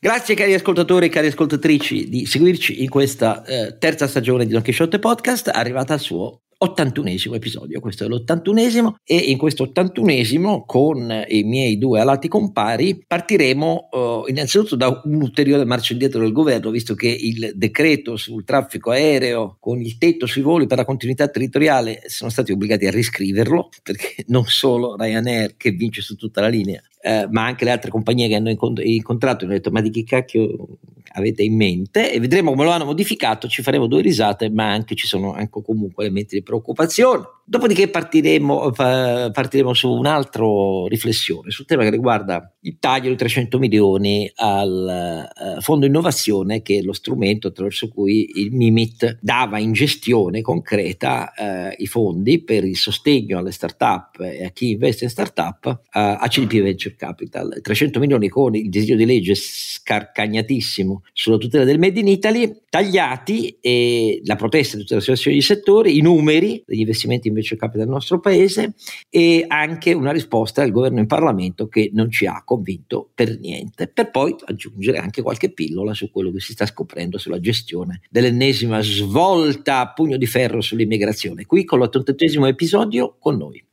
Grazie cari ascoltatori e cari ascoltatrici di seguirci in questa terza stagione di Don Chisciotte Podcast, arrivata al suo 81esimo episodio. Questo è l'81esimo e in questo 81esimo con i miei due alati compari partiremo innanzitutto da un'ulteriore marcia indietro del governo, visto che il decreto sul traffico aereo con il tetto sui voli per la continuità territoriale sono stati obbligati a riscriverlo, perché non solo Ryanair che vince su tutta la linea, ma anche le altre compagnie che hanno incontrato hanno detto: ma di che cacchio avete in mente? E vedremo come lo hanno modificato, ci faremo due risate, ma anche ci sono anche comunque elementi di preoccupazione. Dopodiché partiremo su un'altra riflessione sul tema che riguarda il taglio di 300 milioni al fondo innovazione, che è lo strumento attraverso cui il MIMIT dava in gestione concreta i fondi per il sostegno alle start-up e a chi investe in start-up a CDP Venture Capital. 300 milioni con il disegno di legge scarcagnatissimo sulla tutela del Made in Italy, tagliati, e la protesta di tutte le associazioni di settore, i numeri degli investimenti in venture capital del nostro paese e anche una risposta del governo in Parlamento che non ci ha convinto per niente, per poi aggiungere anche qualche pillola su quello che si sta scoprendo sulla gestione dell'ennesima svolta a pugno di ferro sull'immigrazione. Qui con l'88esimo episodio con noi.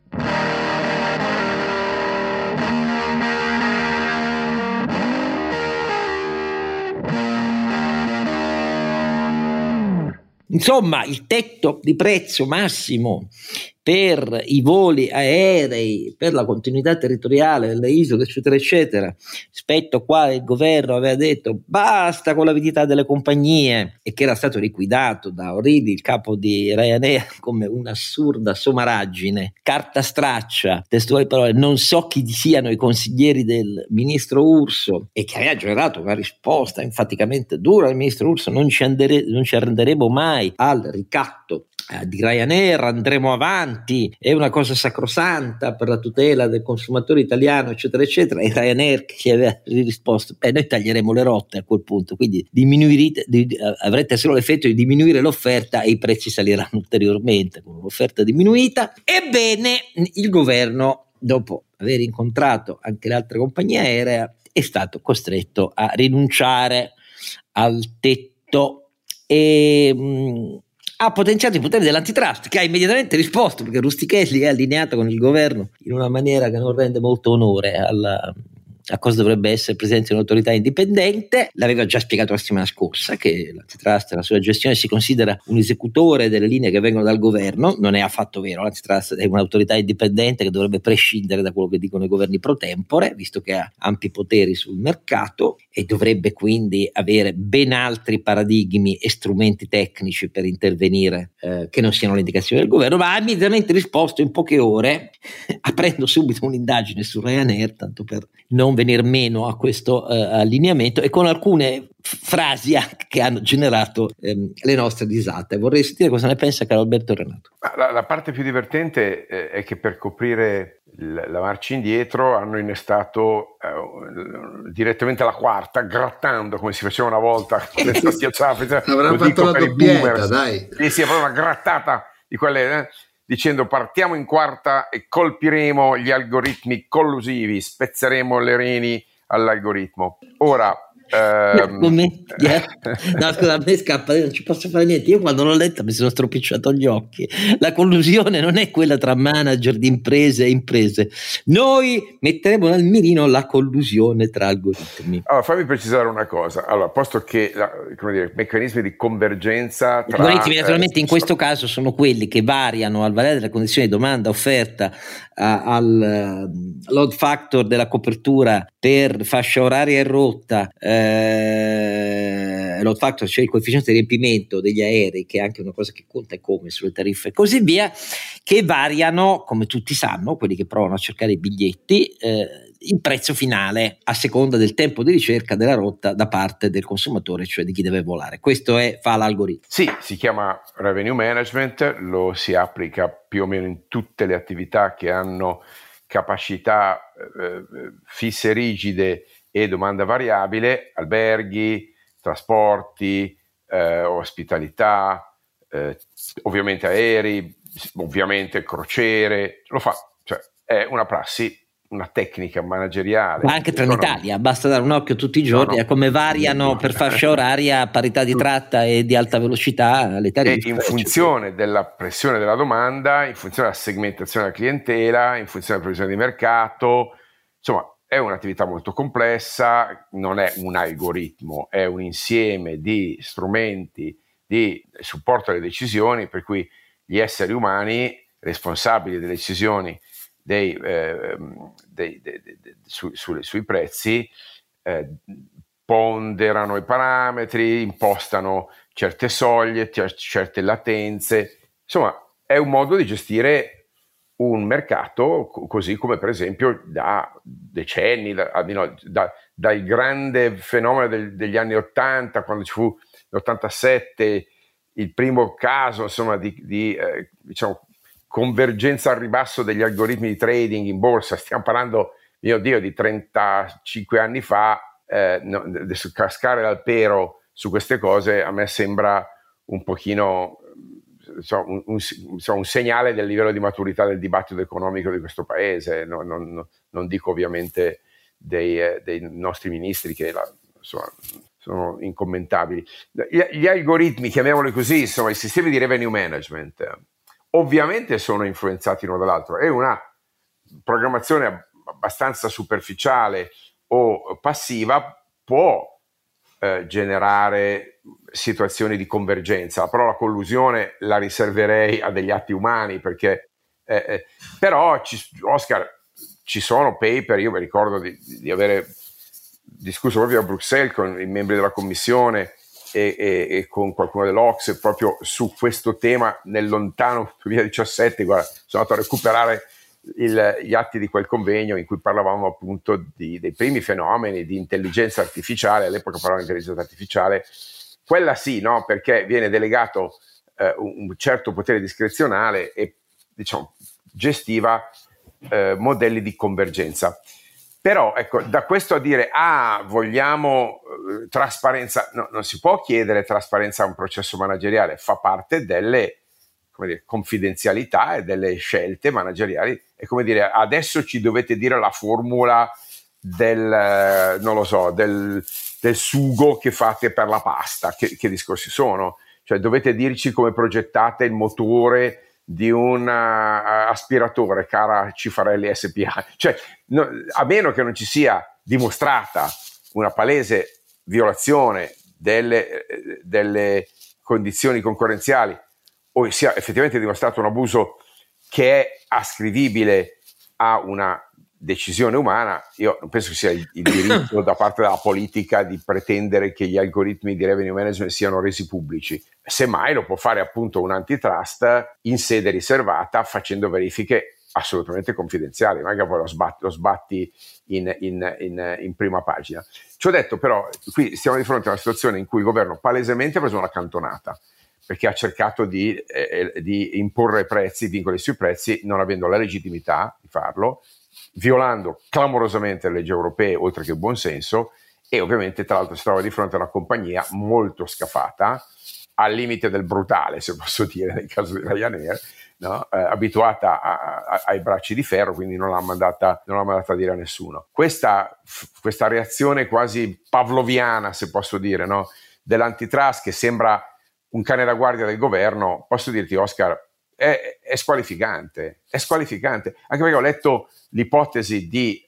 Insomma, il tetto di prezzo massimo per i voli aerei, per la continuità territoriale delle isole, eccetera, eccetera, rispetto a quale il governo aveva detto basta con l'avidità delle compagnie, e che era stato liquidato da O'Reilly, il capo di Ryanair, come un'assurda somaraggine, carta straccia, testuali parole, non so chi siano i consiglieri del ministro Urso, e che aveva generato una risposta enfaticamente dura del ministro Urso: non ci arrenderemo mai al ricatto di Ryanair, andremo avanti, è una cosa sacrosanta per la tutela del consumatore italiano, eccetera eccetera. E Ryanair che aveva risposto: noi taglieremo le rotte a quel punto, quindi avrete solo l'effetto di diminuire l'offerta e i prezzi saliranno ulteriormente con l'offerta diminuita. Ebbene, il governo, dopo aver incontrato anche le altre compagnie aeree, è stato costretto a rinunciare al tetto e ha potenziato i poteri dell'antitrust, che ha immediatamente risposto, perché Rustichelli è allineato con il governo in una maniera che non rende molto onore a cosa dovrebbe essere presidente di un'autorità indipendente. L'aveva già spiegato la settimana scorsa che l'antitrust, la sua gestione, si considera un esecutore delle linee che vengono dal governo. Non è affatto vero, l'antitrust è un'autorità indipendente che dovrebbe prescindere da quello che dicono i governi pro tempore, visto che ha ampi poteri sul mercato, e dovrebbe quindi avere ben altri paradigmi e strumenti tecnici per intervenire che non siano le indicazioni del governo. Ma ha immediatamente risposto in poche ore, aprendo subito un'indagine su Ryanair, tanto per non venir meno a questo allineamento, e con alcune frasi che hanno generato le nostre risate. Vorrei sentire cosa ne pensa caro Alberto Renato. La parte più divertente è che per coprire la marcia indietro hanno innestato direttamente la quarta, grattando come si faceva una volta con le schiacciate. Avrà fatto la doppietta, dai. Sì, proprio una grattata di quelle, dicendo: partiamo in quarta e colpiremo gli algoritmi collusivi, spezzeremo le reni all'algoritmo. Ora no, scusa, a me scappa, non ci posso fare niente. Io quando l'ho letta mi sono stropicciato gli occhi. La collusione non è quella tra manager di imprese e imprese. Noi metteremo nel mirino la collusione tra algoritmi. Allora, fammi precisare una cosa. Allora, posto che meccanismi di convergenza tra gli algoritmi naturalmente in questo caso sono quelli che variano al variare delle condizioni di domanda offerta al load factor della copertura per fascia oraria e rotta, load factor, cioè il coefficiente di riempimento degli aerei, che è anche una cosa che conta e come sulle tariffe e così via, che variano, come tutti sanno, quelli che provano a cercare i biglietti, il prezzo finale a seconda del tempo di ricerca della rotta da parte del consumatore, cioè di chi deve volare. Questo fa l'algoritmo. Sì, si chiama revenue management, lo si applica più o meno in tutte le attività che hanno capacità fisse rigide e domanda variabile: alberghi, trasporti, ospitalità, ovviamente aerei, ovviamente crociere. Lo fa, cioè è una prassi una tecnica manageriale. Ma anche Trenitalia, basta dare un occhio tutti i giorni a come variano per fascia oraria, parità di tratta e di alta velocità le tariffe. E in funzione della pressione della domanda, in funzione della segmentazione della clientela, in funzione della previsione di mercato, insomma è un'attività molto complessa, non è un algoritmo, è un insieme di strumenti di supporto alle decisioni, per cui gli esseri umani responsabili delle decisioni sui prezzi ponderano i parametri, impostano certe soglie, certe latenze, insomma è un modo di gestire un mercato così come per esempio da decenni, dal grande fenomeno degli anni 80, quando ci fu l'87, il primo caso insomma di diciamo convergenza al ribasso degli algoritmi di trading in borsa. Stiamo parlando, mio Dio, di 35 anni fa. Adesso cascare dal pero su queste cose a me sembra un pochino un segnale del livello di maturità del dibattito economico di questo paese. Non dico ovviamente dei nostri ministri che sono incommentabili. Gli algoritmi, chiamiamoli così, insomma i sistemi di revenue management ovviamente sono influenzati l'uno dall'altro. È una programmazione abbastanza superficiale o passiva può generare situazioni di convergenza. La parola collusione la riserverei a degli atti umani, perché però Oscar, ci sono paper, io mi ricordo di avere discusso proprio a Bruxelles con i membri della commissione e con qualcuno dell'Ocse proprio su questo tema nel lontano 2017. Guarda, sono andato a recuperare gli atti di quel convegno in cui parlavamo appunto dei primi fenomeni di intelligenza artificiale. All'epoca parlavamo di intelligenza artificiale, quella sì, no? Perché viene delegato un certo potere discrezionale e diciamo gestiva modelli di convergenza. Però ecco, da questo a dire vogliamo trasparenza, no, non si può chiedere trasparenza a un processo manageriale, fa parte delle confidenzialità e delle scelte manageriali. È come dire, adesso ci dovete dire la formula del sugo che fate per la pasta, che discorsi sono? Cioè dovete dirci come progettate il motore di un aspiratore, cara Cifarelli SPA, cioè a meno che non ci sia dimostrata una palese violazione delle condizioni concorrenziali o sia effettivamente dimostrato un abuso che è ascrivibile a una decisione umana, io non penso che sia il diritto da parte della politica di pretendere che gli algoritmi di revenue management siano resi pubblici. Semmai lo può fare appunto un antitrust in sede riservata, facendo verifiche assolutamente confidenziali, magari poi lo sbatti in prima pagina. Ci ho detto però, qui stiamo di fronte a una situazione in cui il governo palesemente ha preso una cantonata, perché ha cercato di imporre prezzi, vincoli sui prezzi, non avendo la legittimità di farlo, violando clamorosamente le leggi europee oltre che il buon senso, e ovviamente tra l'altro si trova di fronte a una compagnia molto scafata, al limite del brutale, se posso dire, nel caso di Ryanair, no? Abituata ai bracci di ferro, quindi non l'ha mandata a dire a nessuno. Questa reazione quasi pavloviana, se posso dire, no? Dell'antitrust, che sembra un cane da guardia del governo, posso dirti, Oscar, è squalificante, anche perché ho letto l'ipotesi di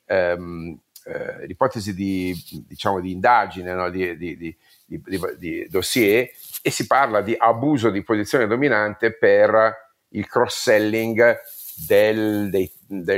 indagine, no? di dossier, e si parla di abuso di posizione dominante per il cross-selling del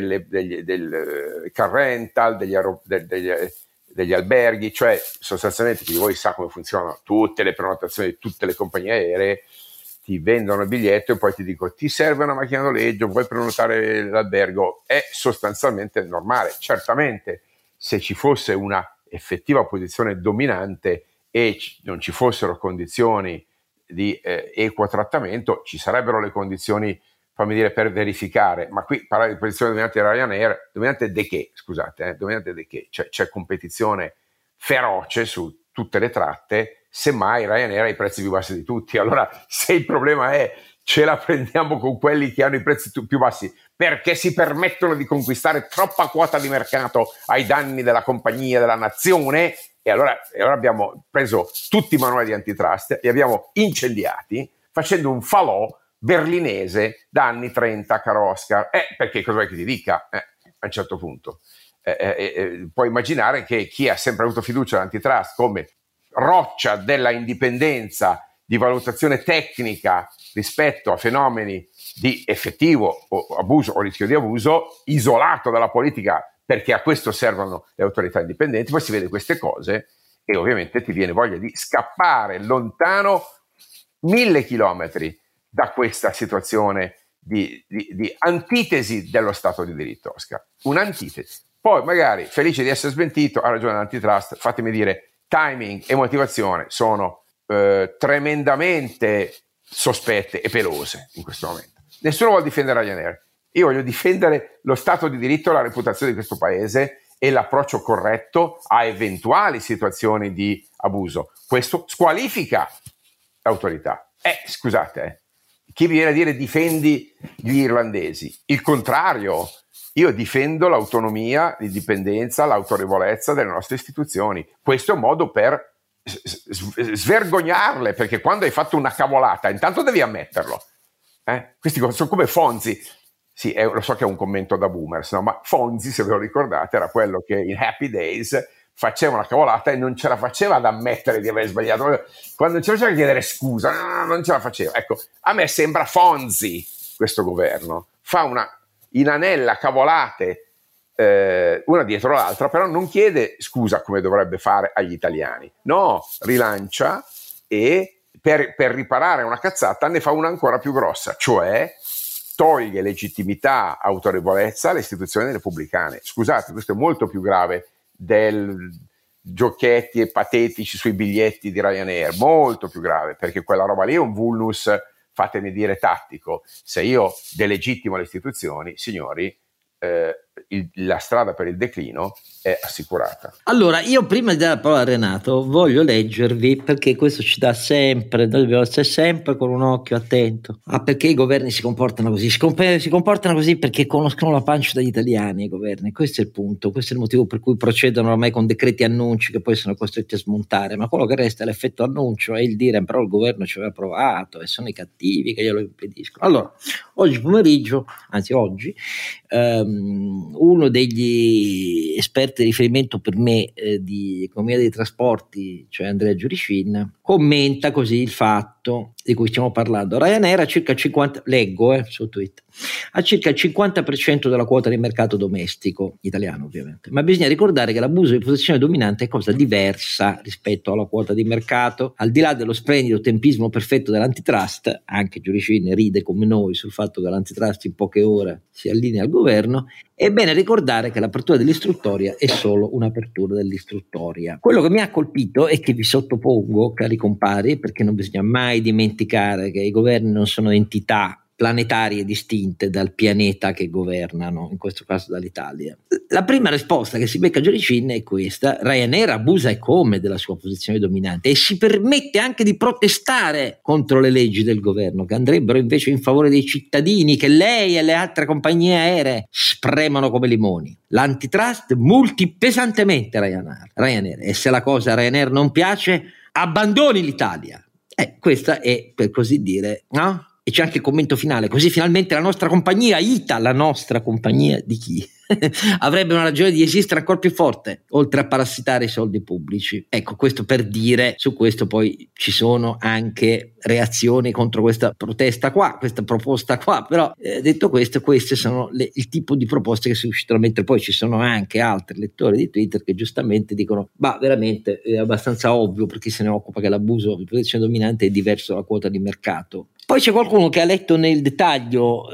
car rental, degli alberghi, cioè sostanzialmente chi di voi sa come funzionano tutte le prenotazioni di tutte le compagnie aeree, ti vendono il biglietto e poi ti dico ti serve una macchina noleggio, vuoi prenotare l'albergo, è sostanzialmente normale. Certamente se ci fosse una effettiva posizione dominante e non ci fossero condizioni di equo trattamento, ci sarebbero le condizioni, fammi dire, per verificare, ma qui parlare di posizione dominante di Ryanair, dominante di che? Scusate, dominante di che? Cioè, c'è competizione feroce su tutte le tratte, semmai Ryanair ha i prezzi più bassi di tutti. Allora, se il problema è ce la prendiamo con quelli che hanno i prezzi più bassi, perché si permettono di conquistare troppa quota di mercato ai danni della compagnia, della nazione, e allora abbiamo preso tutti i manuali di antitrust, li abbiamo incendiati, facendo un falò berlinese da anni 30, caro Oscar. Perché cosa vuoi che ti dica? A un certo punto puoi immaginare che chi ha sempre avuto fiducia all'antitrust come roccia della indipendenza di valutazione tecnica rispetto a fenomeni di effettivo o abuso o rischio di abuso, isolato dalla politica, perché a questo servono le autorità indipendenti, poi si vede queste cose e ovviamente ti viene voglia di scappare lontano 1000 chilometri da questa situazione di antitesi dello Stato di diritto, Oscar. Un'antitesi. Poi magari, felice di essere smentito, ha ragione l'antitrust, fatemi dire, timing e motivazione sono tremendamente sospette e pelose in questo momento. Nessuno vuole difendere Ryanair. Io voglio difendere lo Stato di diritto, la reputazione di questo paese e l'approccio corretto a eventuali situazioni di abuso. Questo squalifica l'autorità. Scusate, chi viene a dire difendi gli irlandesi? Il contrario, io difendo l'autonomia, l'indipendenza, l'autorevolezza delle nostre istituzioni. Questo è un modo per svergognarle, perché quando hai fatto una cavolata intanto devi ammetterlo. Questi sono come Fonzi. Sì, lo so che è un commento da boomers, no? Ma Fonzi, se ve lo ricordate, era quello che in Happy Days faceva una cavolata e non ce la faceva ad ammettere di aver sbagliato. Quando non ce la faceva a chiedere scusa, no, non ce la faceva. Ecco, a me sembra Fonzi questo governo. Fa una inanella cavolate una dietro l'altra, però non chiede scusa come dovrebbe fare agli italiani. No, rilancia e per riparare una cazzata ne fa una ancora più grossa, cioè toglie legittimità, autorevolezza alle istituzioni repubblicane. Scusate, questo è molto più grave del giochetti e patetici sui biglietti di Ryanair, molto più grave, perché quella roba lì è un vulnus, fatemi dire, tattico. Se io delegittimo le istituzioni, signori, la strada per il declino è assicurata. Allora, io prima di dare la parola a Renato voglio leggervi, perché questo ci dà sempre, noi dobbiamo essere sempre con un occhio attento a perché i governi si comportano così. Si comportano così perché conoscono la pancia degli italiani i governi, questo è il punto, questo è il motivo per cui procedono ormai con decreti annunci che poi sono costretti a smontare, ma quello che resta è l'effetto annuncio, è il dire però il governo ci aveva provato e sono i cattivi che glielo impediscono. Allora, oggi pomeriggio, anzi oggi, uno degli esperti di riferimento per me di economia dei trasporti, cioè Andrea Giuricin, commenta così il fatto di cui stiamo parlando. Ryanair ha circa 50, leggo su Twitter, ha circa il 50% della quota di mercato domestico italiano, ovviamente, ma bisogna ricordare che l'abuso di posizione dominante è cosa diversa rispetto alla quota di mercato. Al di là dello splendido tempismo perfetto dell'antitrust, anche Giuricin ride come noi sul fatto che l'antitrust in poche ore si allinea al governo, è bene ricordare che l'apertura dell'istruttoria è solo un'apertura dell'istruttoria. Quello che mi ha colpito e che vi sottopongo, cari compari, perché non bisogna mai dimenticare che i governi non sono entità planetarie distinte dal pianeta che governano, in questo caso dall'Italia. La prima risposta che si becca Giuricin è questa: Ryanair abusa e come della sua posizione dominante e si permette anche di protestare contro le leggi del governo, che andrebbero invece in favore dei cittadini, che lei e le altre compagnie aeree spremono come limoni. L'antitrust multi pesantemente Ryanair, e se la cosa a Ryanair non piace, abbandoni l'Italia. Questa è, per così dire, no? E c'è anche il commento finale: così finalmente la nostra compagnia ITA, la nostra compagnia di chi? Avrebbe una ragione di esistere ancora più forte, oltre a parassitare i soldi pubblici. Ecco, questo per dire, su questo poi ci sono anche reazioni contro questa protesta qua, questa proposta qua, però detto questo, queste sono il tipo di proposte che si riuscitano a mettere. Poi ci sono anche altri lettori di Twitter che giustamente dicono: ma veramente è abbastanza ovvio per chi se ne occupa che l'abuso di posizione dominante è diverso dalla quota di mercato. Poi c'è qualcuno che ha letto nel dettaglio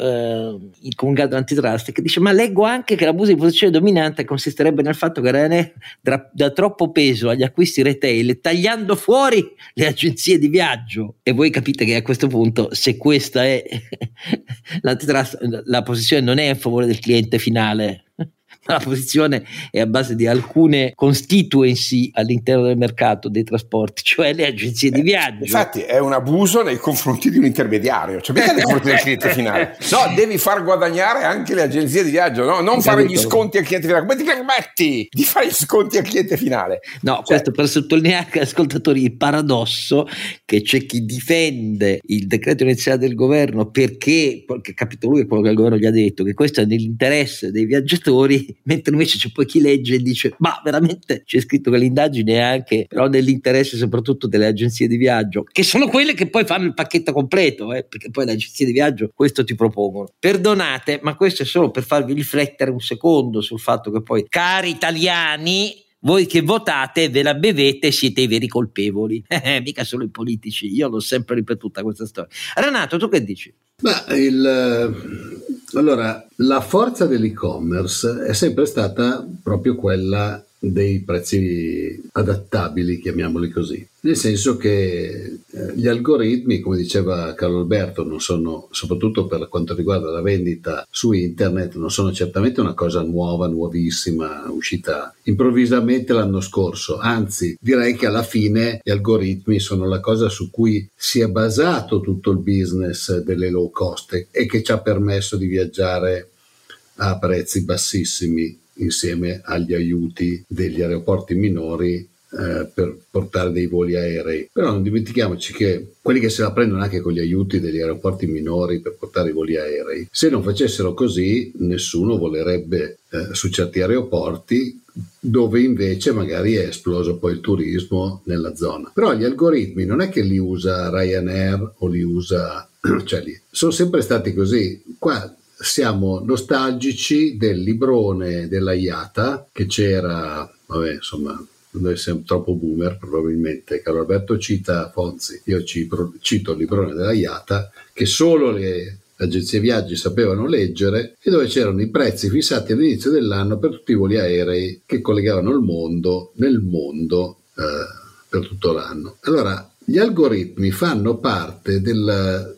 il comunicato dell'antitrust, che dice: ma leggo anche che l'abuso di posizione dominante consisterebbe nel fatto che Ryanair dà troppo peso agli acquisti retail, tagliando fuori le agenzie di viaggio. E voi capite che a questo punto, se questa è l'antitrust, la posizione non è in favore del cliente finale, la posizione è a base di alcune constituency all'interno del mercato dei trasporti, cioè le agenzie di viaggio. Infatti è un abuso nei confronti di un intermediario, cioè mica nei confronti del cliente finale. No, devi far guadagnare anche le agenzie di viaggio, no? Non fare gli sconti al cliente finale. Come ti permetti di fare gli sconti al cliente finale? No, questo per sottolineare, ascoltatori, il paradosso che c'è chi difende il decreto iniziale del governo perché capito lui è quello che il governo gli ha detto, che questo è nell'interesse dei viaggiatori, mentre invece c'è poi chi legge e dice ma veramente c'è scritto che l'indagine è anche però nell'interesse soprattutto delle agenzie di viaggio, che sono quelle che poi fanno il pacchetto completo, perché poi le agenzie di viaggio questo ti propongono. Perdonate, ma questo è solo per farvi riflettere un secondo sul fatto che poi, cari italiani, voi che votate ve la bevete, siete i veri colpevoli, mica solo i politici. Io l'ho sempre ripetuta questa storia. Renato, tu che dici? Allora, la forza dell'e-commerce è sempre stata proprio quella dei prezzi adattabili, chiamiamoli così, nel senso che gli algoritmi, come diceva Carlo Alberto, non sono, soprattutto per quanto riguarda la vendita su internet, non sono certamente una cosa nuova, nuovissima, uscita improvvisamente l'anno scorso, anzi direi che alla fine gli algoritmi sono la cosa su cui si è basato tutto il business delle low cost e che ci ha permesso di viaggiare a prezzi bassissimi insieme agli aiuti degli aeroporti minori per portare dei voli aerei. Però non dimentichiamoci che quelli che se la prendono anche con gli aiuti degli aeroporti minori per portare i voli aerei, se non facessero così nessuno volerebbe su certi aeroporti dove invece magari è esploso poi il turismo nella zona. Però gli algoritmi non è che li usa Ryanair o li usa cioè sono sempre stati così. Qua siamo nostalgici del librone della IATA che c'era, vabbè, insomma, noi siamo troppo boomer probabilmente. Carlo Alberto cita Fonzi, io cito il librone della IATA che solo le agenzie viaggi sapevano leggere e dove c'erano i prezzi fissati all'inizio dell'anno per tutti i voli aerei che collegavano il mondo nel mondo per tutto l'anno. Allora gli algoritmi fanno parte del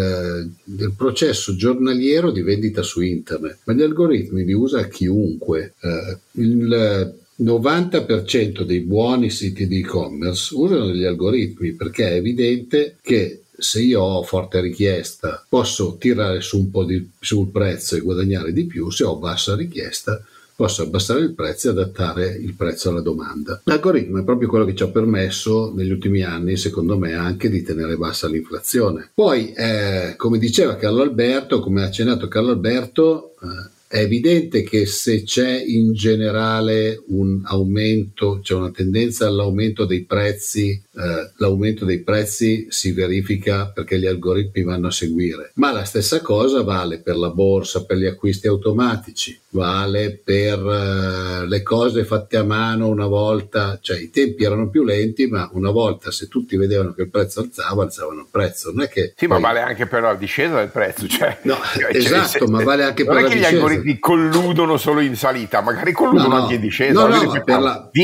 processo giornaliero di vendita su internet, ma gli algoritmi li usa chiunque. Il 90% dei buoni siti di e-commerce usano degli algoritmi perché è evidente che se io ho forte richiesta posso tirare su un po' sul prezzo e guadagnare di più, se ho bassa richiesta posso abbassare il prezzo e adattare il prezzo alla domanda. L'algoritmo è proprio quello che ci ha permesso negli ultimi anni, secondo me, anche di tenere bassa l'inflazione. Poi, come diceva Carlo Alberto, come ha accennato Carlo Alberto, è evidente che se c'è in generale un aumento, c'è una tendenza all'aumento dei prezzi, l'aumento dei prezzi si verifica perché gli algoritmi vanno a seguire. Ma la stessa cosa vale per la borsa, per gli acquisti automatici, vale per le cose fatte a mano una volta, cioè i tempi erano più lenti, ma una volta se tutti vedevano che il prezzo alzavano il prezzo. Non è che sì, poi, ma vale anche per la discesa del prezzo, cioè, no, esatto, ma vale anche per la discesa. Non è che gli algoritmi colludono solo in salita, magari colludono anche in discesa. Per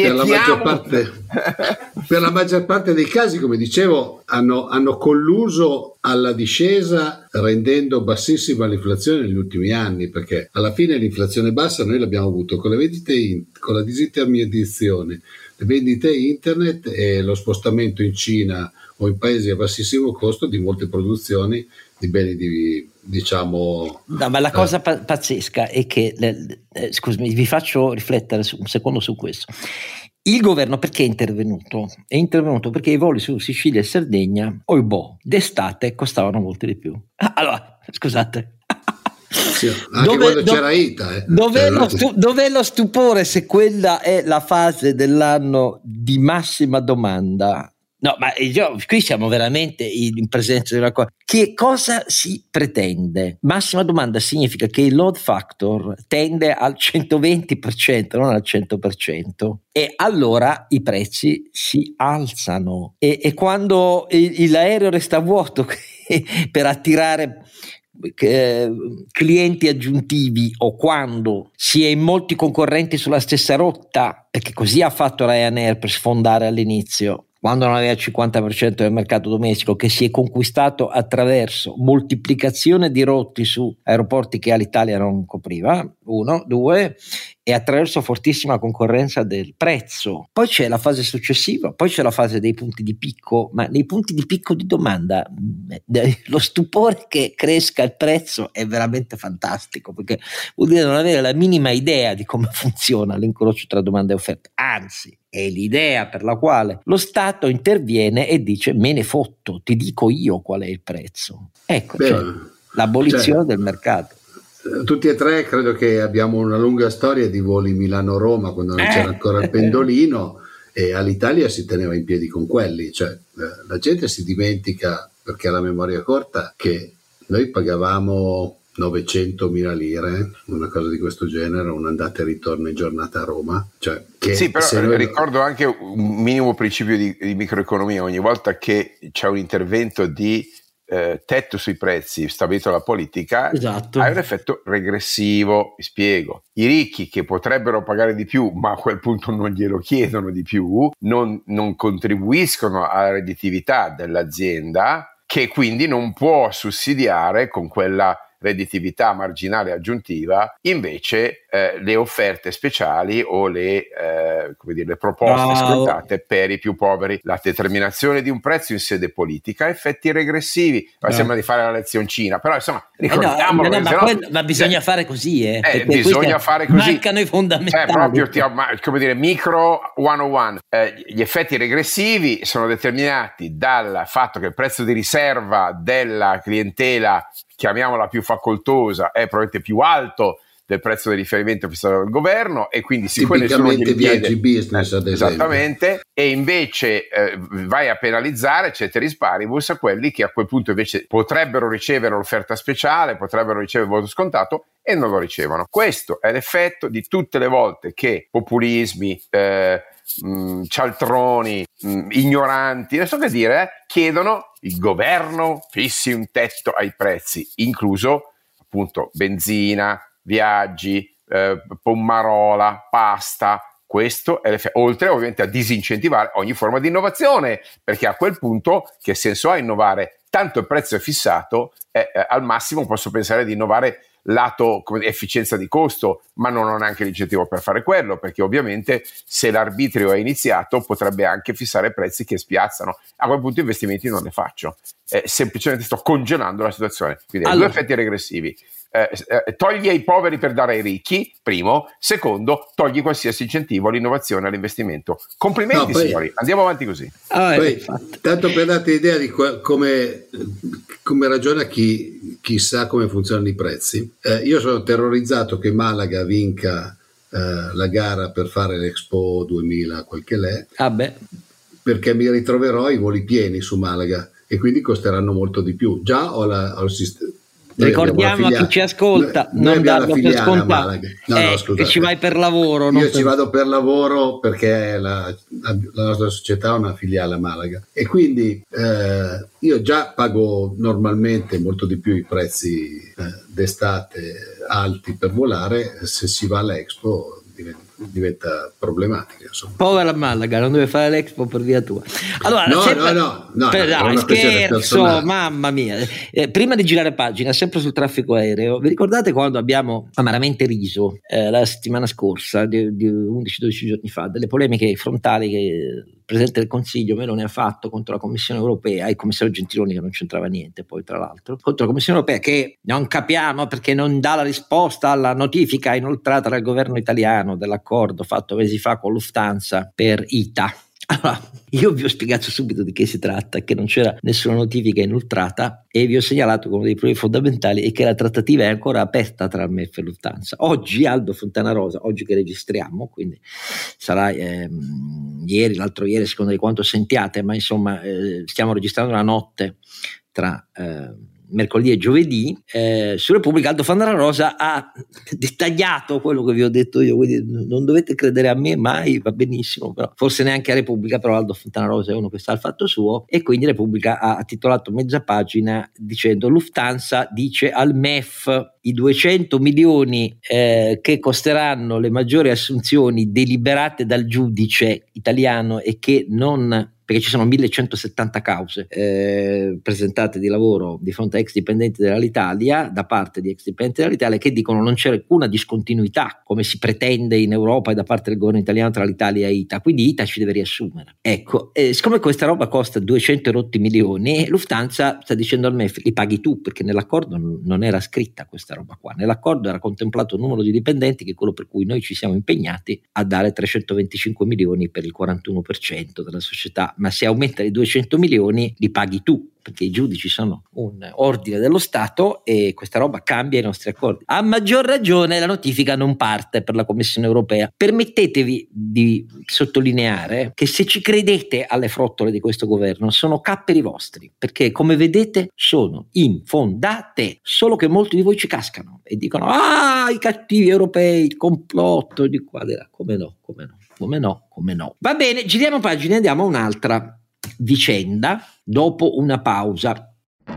la maggior parte dei casi, come dicevo, hanno colluso alla discesa rendendo bassissima l'inflazione negli ultimi anni, perché alla fine l'inflazione bassa noi l'abbiamo avuto con le vendite con la disintermediazione, le vendite internet e lo spostamento in Cina o in paesi a bassissimo costo di molte produzioni di beni diciamo. No, ma la cosa pazzesca è che scusami, vi faccio riflettere un secondo su questo. Il governo perché è intervenuto? È intervenuto perché i voli su Sicilia e Sardegna, d'estate costavano molto di più. Allora, scusate. Sì, anche quando c'era ITA. Dov'è lo stupore se quella è la fase dell'anno di massima domanda? No, ma qui siamo veramente in presenza di una cosa. Che cosa si pretende? Massima domanda significa che il load factor tende al 120%, non al 100%, e allora i prezzi si alzano. E quando l'aereo resta vuoto per attirare clienti aggiuntivi, o quando si è in molti concorrenti sulla stessa rotta, perché così ha fatto Ryanair per sfondare all'inizio, quando non aveva il 50% del mercato domestico, che si è conquistato attraverso moltiplicazione di rotti su aeroporti che Alitalia non copriva, 1, 2, e attraverso fortissima concorrenza del prezzo. Poi c'è la fase successiva, poi c'è la fase dei punti di picco, ma nei punti di picco di domanda lo stupore che cresca il prezzo è veramente fantastico, perché vuol dire non avere la minima idea di come funziona l'incrocio tra domanda e offerta, anzi è l'idea per la quale lo Stato interviene e dice me ne fotto, ti dico io qual è il prezzo. Ecco, cioè, l'abolizione del mercato. Tutti e tre credo che abbiamo una lunga storia di voli Milano-Roma quando non c'era ancora il pendolino, e all'Italia si teneva in piedi con quelli, cioè la gente si dimentica, perché ha la memoria corta, che noi pagavamo 900.000 lire, una cosa di questo genere, un'andata e ritorno in giornata a Roma. Cioè, che sì, però ricordo anche un minimo principio di microeconomia: ogni volta che c'è un intervento di tetto sui prezzi stabilito dalla politica, esatto, hai un effetto regressivo. Vi spiego: i ricchi, che potrebbero pagare di più ma a quel punto non glielo chiedono di più, non contribuiscono alla redditività dell'azienda, che quindi non può sussidiare con quella redditività marginale aggiuntiva invece le offerte speciali o le proposte scontate per i più poveri. La determinazione di un prezzo in sede politica ha effetti regressivi. Sembra di fare la lezioncina, però insomma ricordiamolo, ma bisogna fare così, bisogna fare così, mancano i fondamentali, proprio micro 101. Gli effetti regressivi sono determinati dal fatto che il prezzo di riserva della clientela, chiamiamola più facoltosa, è probabilmente più alto del prezzo di riferimento fissato dal governo, e quindi siccome nessuno gli viaggi business, ad esempio. Esattamente, e invece vai a penalizzare ceteris paribus a quelli che a quel punto invece potrebbero ricevere l'offerta speciale, potrebbero ricevere il voto scontato e non lo ricevono. Questo è l'effetto di tutte le volte che populismi, cialtroni, ignoranti, non so che dire, chiedono il governo fissi un tetto ai prezzi, incluso appunto benzina, viaggi, pommarola, pasta. Questo è oltre ovviamente a disincentivare ogni forma di innovazione, perché a quel punto che senso ha innovare? Tanto il prezzo è fissato, al massimo posso pensare di innovare lato efficienza di costo, ma non ho neanche l'incentivo per fare quello, perché ovviamente se l'arbitrio è iniziato potrebbe anche fissare prezzi che spiazzano. A quel punto investimenti non ne faccio, semplicemente sto congelando la situazione. Quindi due effetti regressivi: togli ai poveri per dare ai ricchi, primo; secondo, togli qualsiasi incentivo all'innovazione e all'investimento. Complimenti, signori, andiamo avanti così. Poi, tanto per darti idea di come ragiona chi sa come funzionano i prezzi, io sono terrorizzato che Malaga vinca la gara per fare l'Expo 2000, quel che l'è, perché mi ritroverò i voli pieni su Malaga e quindi costeranno molto di più. Già ho il sistema. Ricordiamo a chi ci ascolta, non darlo per scontato, che ci vai per lavoro. Io ci vado per lavoro perché la nostra società ha una filiale a Malaga, e quindi io già pago normalmente molto di più i prezzi d'estate alti per volare. Se si va all'Expo diventa problematica, insomma. Povera Malaga, non deve fare l'Expo per via tua. Allora, no, scherzo, mamma mia. Prima di girare pagina, sempre sul traffico aereo, vi ricordate quando abbiamo amaramente riso la settimana scorsa, di 11-12 giorni fa, delle polemiche frontali che il Presidente del Consiglio Meloni ha fatto contro la Commissione Europea, e il commissario Gentiloni, che non c'entrava niente poi tra l'altro, contro la Commissione Europea, che non capiamo perché non dà la risposta alla notifica inoltrata dal governo italiano dell'accordo fatto mesi fa con Lufthansa per ITA. Allora, io vi ho spiegato subito di che si tratta, che non c'era nessuna notifica inoltrata, e vi ho segnalato che uno dei problemi fondamentali è che la trattativa è ancora aperta tra il MEF e Lufthansa. Oggi Aldo Fontanarosa, oggi che registriamo, quindi sarà ieri, l'altro ieri, secondo di quanto sentiate, ma insomma stiamo registrando la notte tra mercoledì e giovedì, su Repubblica Aldo Fontanarosa ha dettagliato quello che vi ho detto io, quindi non dovete credere a me mai, va benissimo, però forse neanche a Repubblica, però Aldo Fontanarosa è uno che sa il fatto suo, e quindi Repubblica ha titolato mezza pagina dicendo: Lufthansa dice al MEF i 200 milioni che costeranno le maggiori assunzioni deliberate dal giudice italiano e che non, perché ci sono 1170 cause presentate di lavoro di fronte a ex dipendenti dell'Alitalia, da parte di ex dipendenti dell'Alitalia, che dicono non c'è alcuna discontinuità, come si pretende in Europa e da parte del governo italiano, tra l'Italia e ITA, quindi ITA ci deve riassumere. Ecco, siccome questa roba costa 200 rotti milioni, Lufthansa sta dicendo al MEF li paghi tu, perché nell'accordo non era scritta questa roba qua, nell'accordo era contemplato un numero di dipendenti che è quello per cui noi ci siamo impegnati a dare 325 milioni per il 41% della società, ma se aumenta di 200 milioni li paghi tu, perché i giudici sono un ordine dello Stato e questa roba cambia i nostri accordi. A maggior ragione la notifica non parte per la Commissione europea. Permettetevi di sottolineare che se ci credete alle frottole di questo governo sono capperi vostri, perché come vedete sono infondate, solo che molti di voi ci cascano e dicono i cattivi europei, il complotto di qua, di là. Come no. Va bene, giriamo pagina e andiamo a un'altra vicenda dopo una pausa.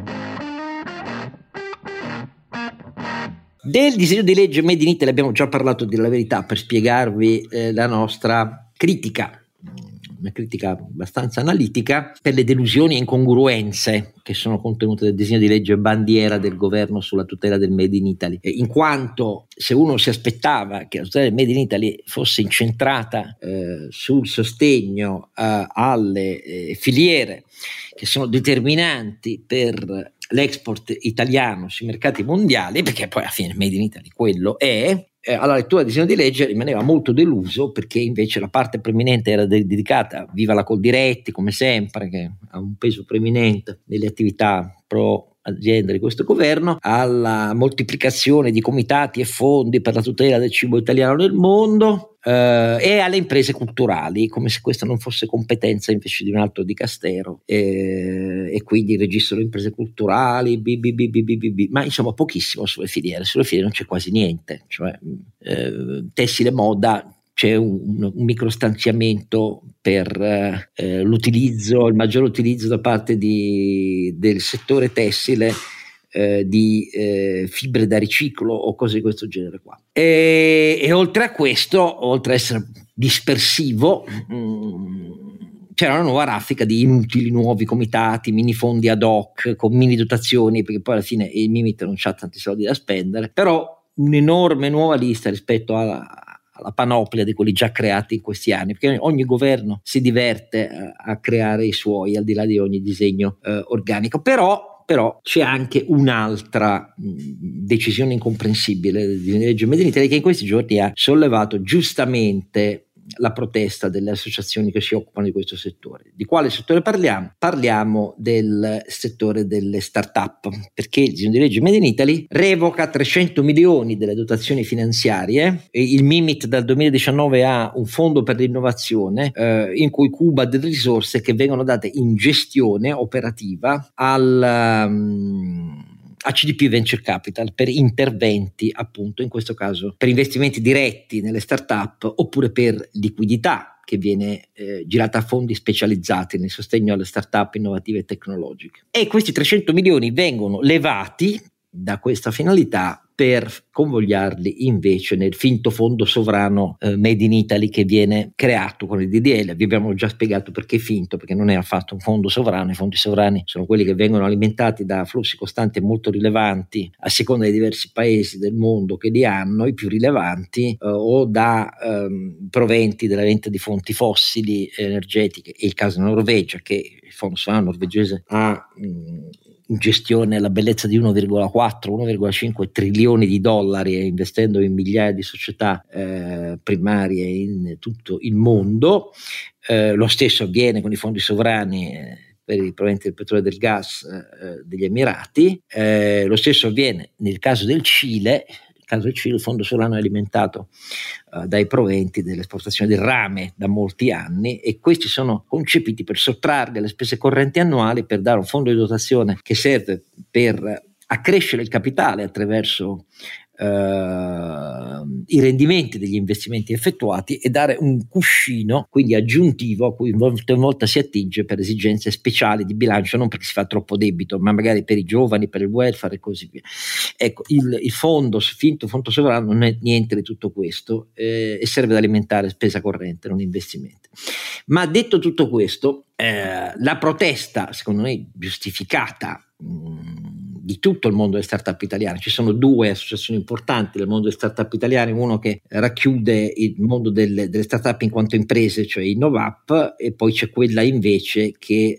Del disegno di legge Made in Italy abbiamo già parlato, della verità, per spiegarvi la nostra critica, una critica abbastanza analitica per le delusioni e incongruenze che sono contenute nel disegno di legge bandiera del governo sulla tutela del Made in Italy, in quanto se uno si aspettava che la tutela del Made in Italy fosse incentrata sul sostegno alle filiere che sono determinanti per l'export italiano sui mercati mondiali, perché poi alla fine il Made in Italy quello è, alla lettura del disegno di legge rimaneva molto deluso, perché invece la parte preminente era dedicata, viva la Coldiretti come sempre, che ha un peso preminente nelle attività pro azienda di questo governo, alla moltiplicazione di comitati e fondi per la tutela del cibo italiano nel mondo, e alle imprese culturali, come se questa non fosse competenza invece di un altro dicastero, e quindi il registro delle imprese culturali, ma insomma pochissimo sulle filiere non c'è quasi niente, cioè tessile, moda, c'è un microstanziamento per il maggior utilizzo da parte del settore tessile di fibre da riciclo o cose di questo genere qua. E oltre a questo, oltre a essere dispersivo, c'era una nuova raffica di inutili nuovi comitati, mini fondi ad hoc con mini dotazioni, perché poi alla fine il Mimit non c'ha tanti soldi da spendere, però un'enorme nuova lista rispetto alla panoplia di quelli già creati in questi anni, perché ogni governo si diverte a creare i suoi al di là di ogni disegno organico. Però c'è anche un'altra decisione incomprensibile del disegno di legge Made in Italy, che in questi giorni ha sollevato giustamente la protesta delle associazioni che si occupano di questo settore. Di quale settore parliamo? Parliamo del settore delle start-up, perché il disegno di legge Made in Italy revoca 300 milioni delle dotazioni finanziarie. Il Mimit dal 2019 ha un fondo per l'innovazione in cui cuba delle risorse che vengono date in gestione operativa a CDP Venture Capital per interventi, appunto in questo caso per investimenti diretti nelle start-up, oppure per liquidità che viene girata a fondi specializzati nel sostegno alle start-up innovative e tecnologiche. E questi 300 milioni vengono levati da questa finalità per convogliarli invece nel finto fondo sovrano Made in Italy che viene creato con il DDL. Vi abbiamo già spiegato perché finto, perché non è affatto un fondo sovrano. I fondi sovrani sono quelli che vengono alimentati da flussi costanti e molto rilevanti a seconda dei diversi paesi del mondo che li hanno, i più rilevanti, o da proventi della vendita di fonti fossili energetiche. È il caso della Norvegia, che il fondo sovrano norvegese ha in gestione la bellezza di 1,4-1,5 trilioni di dollari, investendo in migliaia di società primarie in tutto il mondo. Lo stesso avviene con i fondi sovrani per i proventi del petrolio e del gas degli Emirati. Lo stesso avviene nel caso del Cile. Il fondo sovrano è alimentato dai proventi dell'esportazione del rame da molti anni, e questi sono concepiti per sottrarli alle spese correnti annuali, per dare un fondo di dotazione che serve per accrescere il capitale attraverso i rendimenti degli investimenti effettuati e dare un cuscino, quindi aggiuntivo, a cui in volta si attinge per esigenze speciali di bilancio, non perché si fa troppo debito, ma magari per i giovani, per il welfare e così via. Ecco, il fondo, finto fondo sovrano, non è niente di tutto questo, e serve ad alimentare spesa corrente, non investimenti. Ma detto tutto questo, la protesta, secondo me giustificata, di tutto il mondo delle start-up italiane. Ci sono due associazioni importanti del mondo delle start-up italiane, uno che racchiude il mondo delle start-up in quanto imprese, cioè Innovap, e poi c'è quella invece che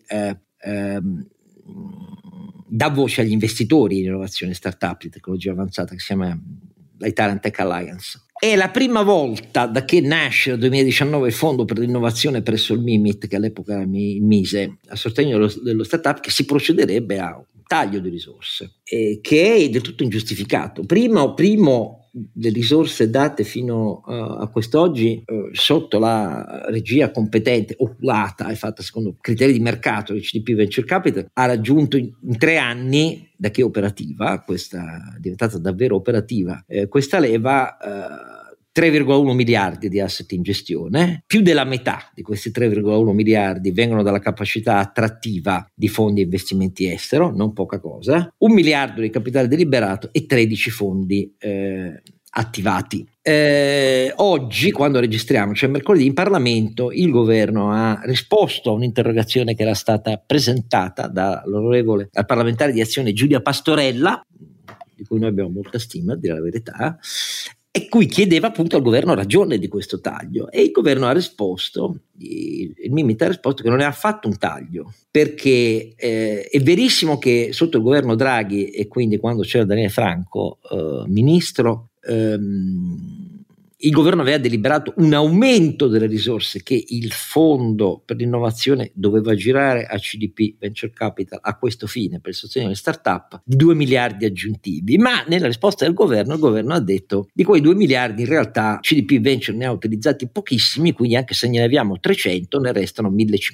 dà voce agli investitori in innovazione start-up di tecnologia avanzata, che si chiama la Italian Tech Alliance. È la prima volta da che nasce nel 2019 il Fondo per l'innovazione presso il MIMIT, che all'epoca era il MISE, a sostegno dello startup, che si procederebbe a un taglio di risorse, che è del tutto ingiustificato. Primo, le risorse date fino a quest'oggi sotto la regia competente, oculata e fatta secondo criteri di mercato di CDP Venture Capital, ha raggiunto in 3 anni, da che è operativa, questa è diventata davvero operativa, questa leva 3,1 miliardi di asset in gestione. Più della metà di questi 3,1 miliardi vengono dalla capacità attrattiva di fondi e investimenti estero, non poca cosa, 1 miliardo di capitale deliberato e 13 fondi attivati. Oggi, quando registriamo, cioè mercoledì, in Parlamento il governo ha risposto a un'interrogazione che era stata presentata dal parlamentare di Azione Giulia Pastorella, di cui noi abbiamo molta stima, a dire la verità, e cui chiedeva appunto al governo ragione di questo taglio, e il governo ha risposto, il MIMIT ha risposto che non ne ha fatto un taglio, perché è verissimo che sotto il governo Draghi, e quindi quando c'era Daniele Franco ministro, il governo aveva deliberato un aumento delle risorse che il fondo per l'innovazione doveva girare a CDP Venture Capital a questo fine, per il sostegno alle start-up, di 2 miliardi aggiuntivi. Ma nella risposta del governo, il governo ha detto di quei 2 miliardi in realtà CDP Venture ne ha utilizzati pochissimi, quindi anche se ne abbiamo 300 ne restano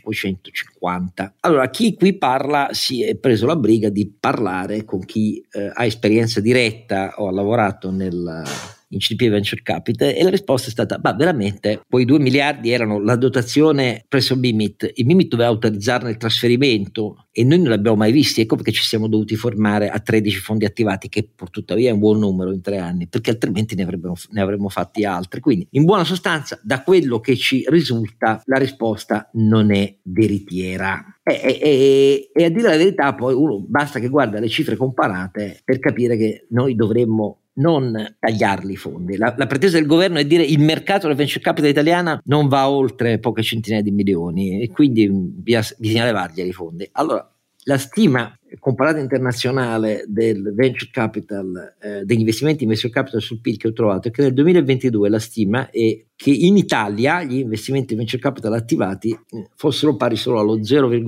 1550. Allora, chi qui parla si è preso la briga di parlare con chi ha esperienza diretta o ha lavorato in CDP Venture Capital, e la risposta è stata: veramente, quei 2 miliardi erano la dotazione presso il MIMIT doveva autorizzarne il trasferimento e noi non l'abbiamo mai visti, ecco perché ci siamo dovuti formare a 13 fondi attivati, che pur tuttavia è un buon numero in 3 anni, perché altrimenti ne avremmo fatti altri. Quindi in buona sostanza, da quello che ci risulta, la risposta non è veritiera. E a dire la verità, poi uno basta che guarda le cifre comparate per capire che noi dovremmo non tagliarli i fondi. La pretesa del governo è dire: il mercato della venture capital italiana non va oltre poche centinaia di milioni e quindi bisogna levargli i fondi. Allora, la stima comparata internazionale del venture capital, degli investimenti in venture capital sul PIL che ho trovato, è che nel 2022 la stima è che in Italia gli investimenti in venture capital attivati fossero pari solo allo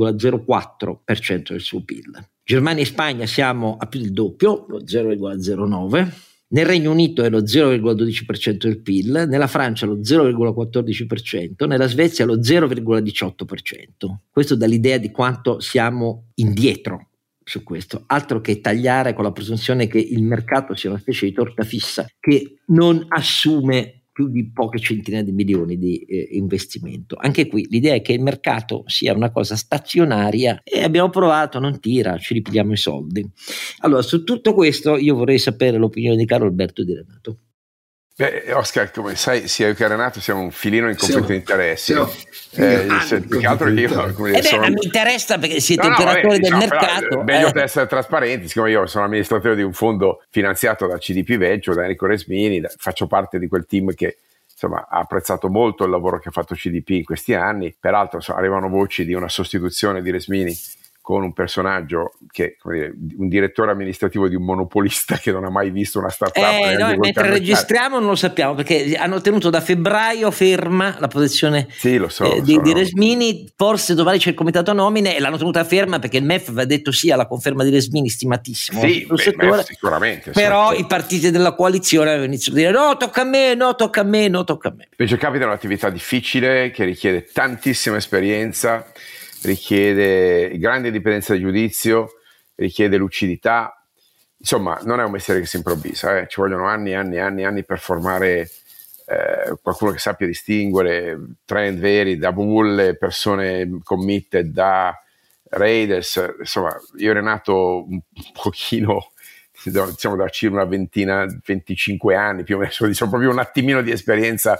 0,04% del suo PIL. Germania e Spagna siamo a più del doppio, lo 0,09%. Nel Regno Unito è lo 0,12% del PIL, nella Francia lo 0,14%, nella Svezia lo 0,18%. Questo dà l'idea di quanto siamo indietro su questo, altro che tagliare con la presunzione che il mercato sia una specie di torta fissa che non assume più di poche centinaia di milioni di investimento. Anche qui l'idea è che il mercato sia una cosa stazionaria e abbiamo provato, non tira, ci ripigliamo i soldi. Allora, su tutto questo io vorrei sapere l'opinione di Carlo Alberto Di Renato. Oscar, come sai, sia io che Renato siamo un filino in conflitto di interessi. Più che altro che io mi interessa perché siete operatori del mercato. Meglio essere trasparenti, siccome io sono amministratore di un fondo finanziato da CDP Venture, da Enrico Resmini, faccio parte di quel team che insomma ha apprezzato molto il lavoro che ha fatto CDP in questi anni. Peraltro arrivano voci di una sostituzione di Resmini con un personaggio che, come dire, un direttore amministrativo di un monopolista che non ha mai visto una startup. Noi mentre registriamo non lo sappiamo, perché hanno tenuto da febbraio ferma la posizione di Resmini. Forse domani c'è il comitato nomine e l'hanno tenuta ferma perché il MEF aveva detto sì alla conferma di Resmini, stimatissimo sul settore, sicuramente, però i partiti della coalizione avevano iniziato a dire no, tocca a me. Venture Capital è un'attività difficile che richiede tantissima esperienza, richiede grande indipendenza di giudizio, richiede lucidità, insomma, non è un mestiere che si improvvisa, ci vogliono anni e anni e anni e anni per formare qualcuno che sappia distinguere trend veri da bulle, persone committed da raiders. Insomma, io ero nato un pochino, diciamo, da circa una ventina, 25 anni più o meno, diciamo, proprio un attimino di esperienza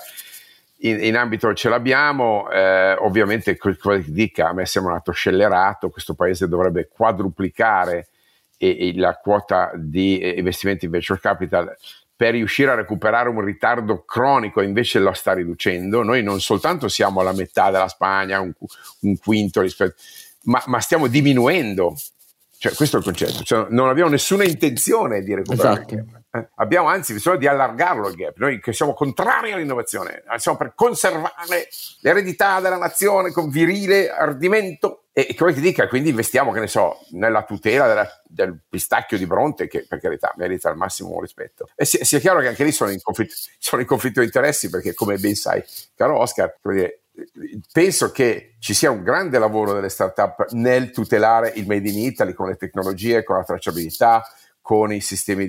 in ambito ce l'abbiamo. Ovviamente quel che dica, a me sembra un atto scellerato. Questo paese dovrebbe quadruplicare la quota di investimenti in venture capital per riuscire a recuperare un ritardo cronico, invece lo sta riducendo. Noi non soltanto siamo alla metà della Spagna, un quinto rispetto, ma stiamo diminuendo. Cioè, questo è il concetto. Cioè, non abbiamo nessuna intenzione di recuperare il gap. Abbiamo anzi bisogno di allargarlo il gap. Noi che siamo contrari all'innovazione, siamo per conservare l'eredità della nazione con virile ardimento. E come ti dica, quindi investiamo, che ne so, nella tutela del pistacchio di Bronte, che per carità merita al massimo rispetto. E sia chiaro che anche lì sono in conflitto di interessi, perché come ben sai, caro Oscar, come dire, penso che ci sia un grande lavoro delle start-up nel tutelare il Made in Italy con le tecnologie, con la tracciabilità, con i sistemi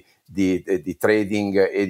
di trading e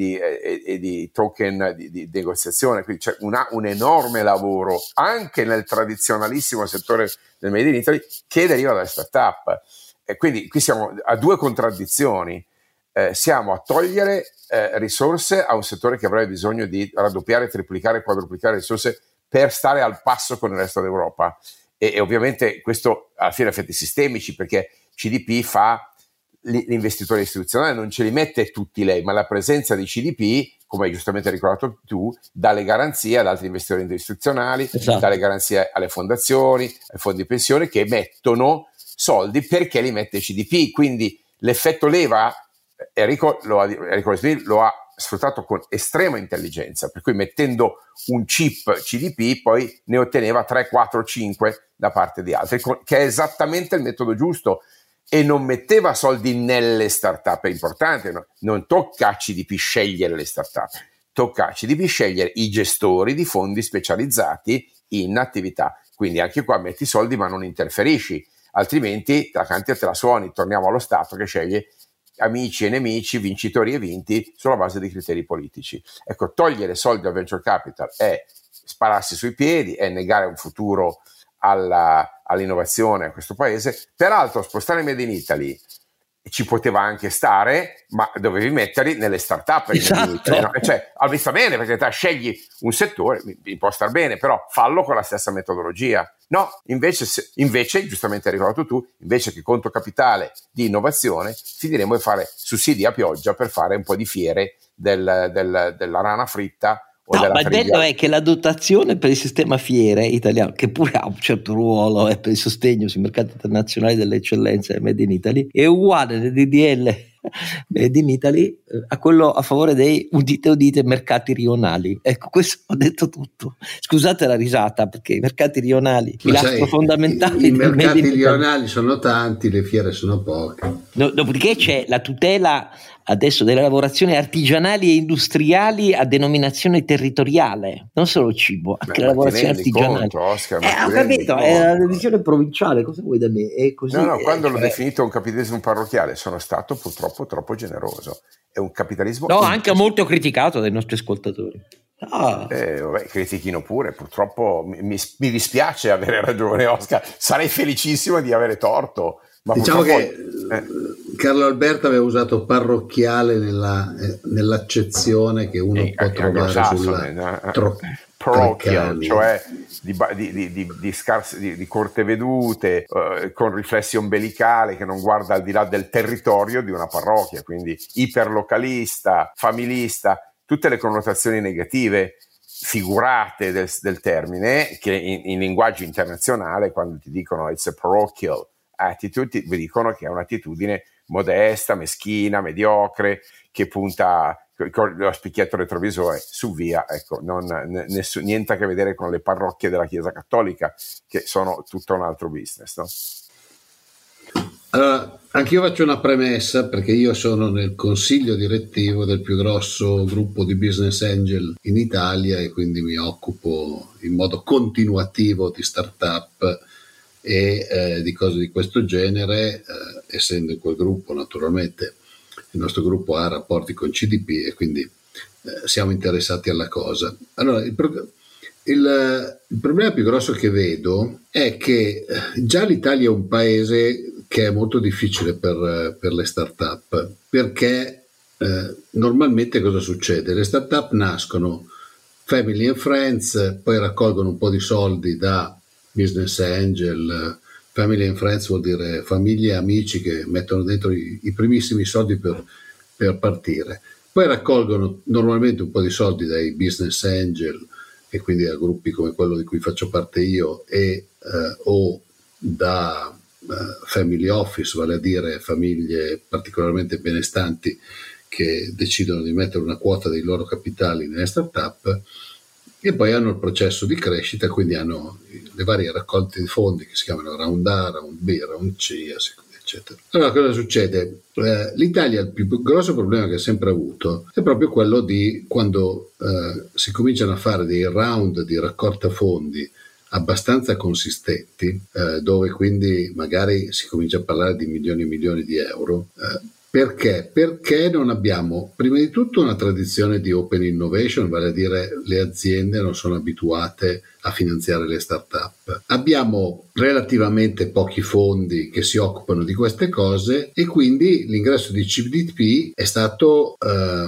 di token di negoziazione. Quindi c'è un enorme lavoro anche nel tradizionalissimo settore del Made in Italy che deriva dalle start-up. E quindi qui siamo a due contraddizioni. Siamo a togliere risorse a un settore che avrebbe bisogno di raddoppiare, triplicare, quadruplicare risorse per stare al passo con il resto d'Europa, e ovviamente questo alla fine ha effetti sistemici, perché CDP fa l'investitore istituzionale, non ce li mette tutti lei, ma la presenza di CDP, come hai giustamente ricordato tu, dà le garanzie ad altri investitori istituzionali, esatto, dà le garanzie alle fondazioni, ai fondi di pensione che mettono soldi perché li mette CDP. Quindi l'effetto leva Enrico Smith lo ha sfruttato con estrema intelligenza, per cui mettendo un chip CDP poi ne otteneva 3, 4, 5 da parte di altri, che è esattamente il metodo giusto, e non metteva soldi nelle startup. È importante, no? Non tocca a CDP scegliere le startup, tocca a CDP scegliere i gestori di fondi specializzati in attività. Quindi anche qua metti soldi ma non interferisci, altrimenti la cantia te la suoni. Torniamo allo Stato che sceglie amici e nemici, vincitori e vinti sulla base di criteri politici. Ecco, togliere soldi al venture capital è spararsi sui piedi, è negare un futuro all'innovazione a questo paese. Peraltro spostare Made in Italy ci poteva anche stare, ma dovevi metterli nelle start-up. Esatto. No? Cioè, mi sta bene, perché scegli un settore, mi può star bene, però fallo con la stessa metodologia. No, invece giustamente hai ricordato tu, invece che conto capitale di innovazione, finiremo a fare sussidi a pioggia per fare un po' di fiere della rana fritta. No, ma il detto è che la dotazione per il sistema fiere italiano, che pure ha un certo ruolo per il sostegno sui mercati internazionali delle eccellenze Made in Italy, è uguale nel DDL Made in Italy a quello a favore dei, udite mercati rionali. Ecco, questo ho detto tutto. Scusate la risata, perché i mercati rionali, pilastro fondamentale. I mercati rionali sono tanti, le fiere sono poche. Dopodiché c'è la tutela adesso delle lavorazioni artigianali e industriali a denominazione territoriale, non solo cibo, anche la lavorazione artigianale. Conto, Oscar, ho capito, è la divisione provinciale, cosa vuoi da me? È così, no, quando l'ho definito un capitalismo parrocchiale sono stato purtroppo troppo generoso. È un capitalismo... No, anche molto criticato dai nostri ascoltatori. Vabbè, critichino pure, purtroppo mi dispiace avere ragione, Oscar, sarei felicissimo di avere torto. Ma diciamo che Carlo Alberto aveva usato parrocchiale nell'accezione che uno può trovare sulla parochial, cioè di corte vedute, con riflessi ombelicali, che non guarda al di là del territorio di una parrocchia, quindi iperlocalista, familista, tutte le connotazioni negative figurate del termine, che in linguaggio internazionale, quando ti dicono it's a parochial attitude, vi dicono che è un'attitudine modesta, meschina, mediocre, che punta con lo specchietto retrovisore su via. Ecco, niente a che vedere con le parrocchie della Chiesa Cattolica, che sono tutto un altro business, no? Allora, anch'io faccio una premessa, perché io sono nel consiglio direttivo del più grosso gruppo di business angel in Italia, e quindi mi occupo in modo continuativo di startup e di cose di questo genere, essendo in quel gruppo, naturalmente il nostro gruppo ha rapporti con CDP e quindi siamo interessati alla cosa. Allora, il problema più grosso che vedo è che già l'Italia è un paese che è molto difficile per le start-up, perché normalmente cosa succede? Le start-up nascono family and friends, poi raccolgono un po' di soldi da business angel. Family and friends vuol dire famiglie e amici che mettono dentro i primissimi soldi per partire. Poi raccolgono normalmente un po' di soldi dai business angel e quindi da gruppi come quello di cui faccio parte io o da family office, vale a dire famiglie particolarmente benestanti che decidono di mettere una quota dei loro capitali nelle start-up, e poi hanno il processo di crescita, quindi hanno le varie raccolte di fondi che si chiamano round A, round B, round C, eccetera. Allora cosa succede? L'Italia, il più grosso problema che ha sempre avuto è proprio quello di quando si cominciano a fare dei round di raccolta fondi abbastanza consistenti, dove quindi magari si comincia a parlare di milioni e milioni di euro. Perché? Perché non abbiamo prima di tutto una tradizione di open innovation, vale a dire le aziende non sono abituate a finanziare le start-up. Abbiamo relativamente pochi fondi che si occupano di queste cose e quindi l'ingresso di CDP è stato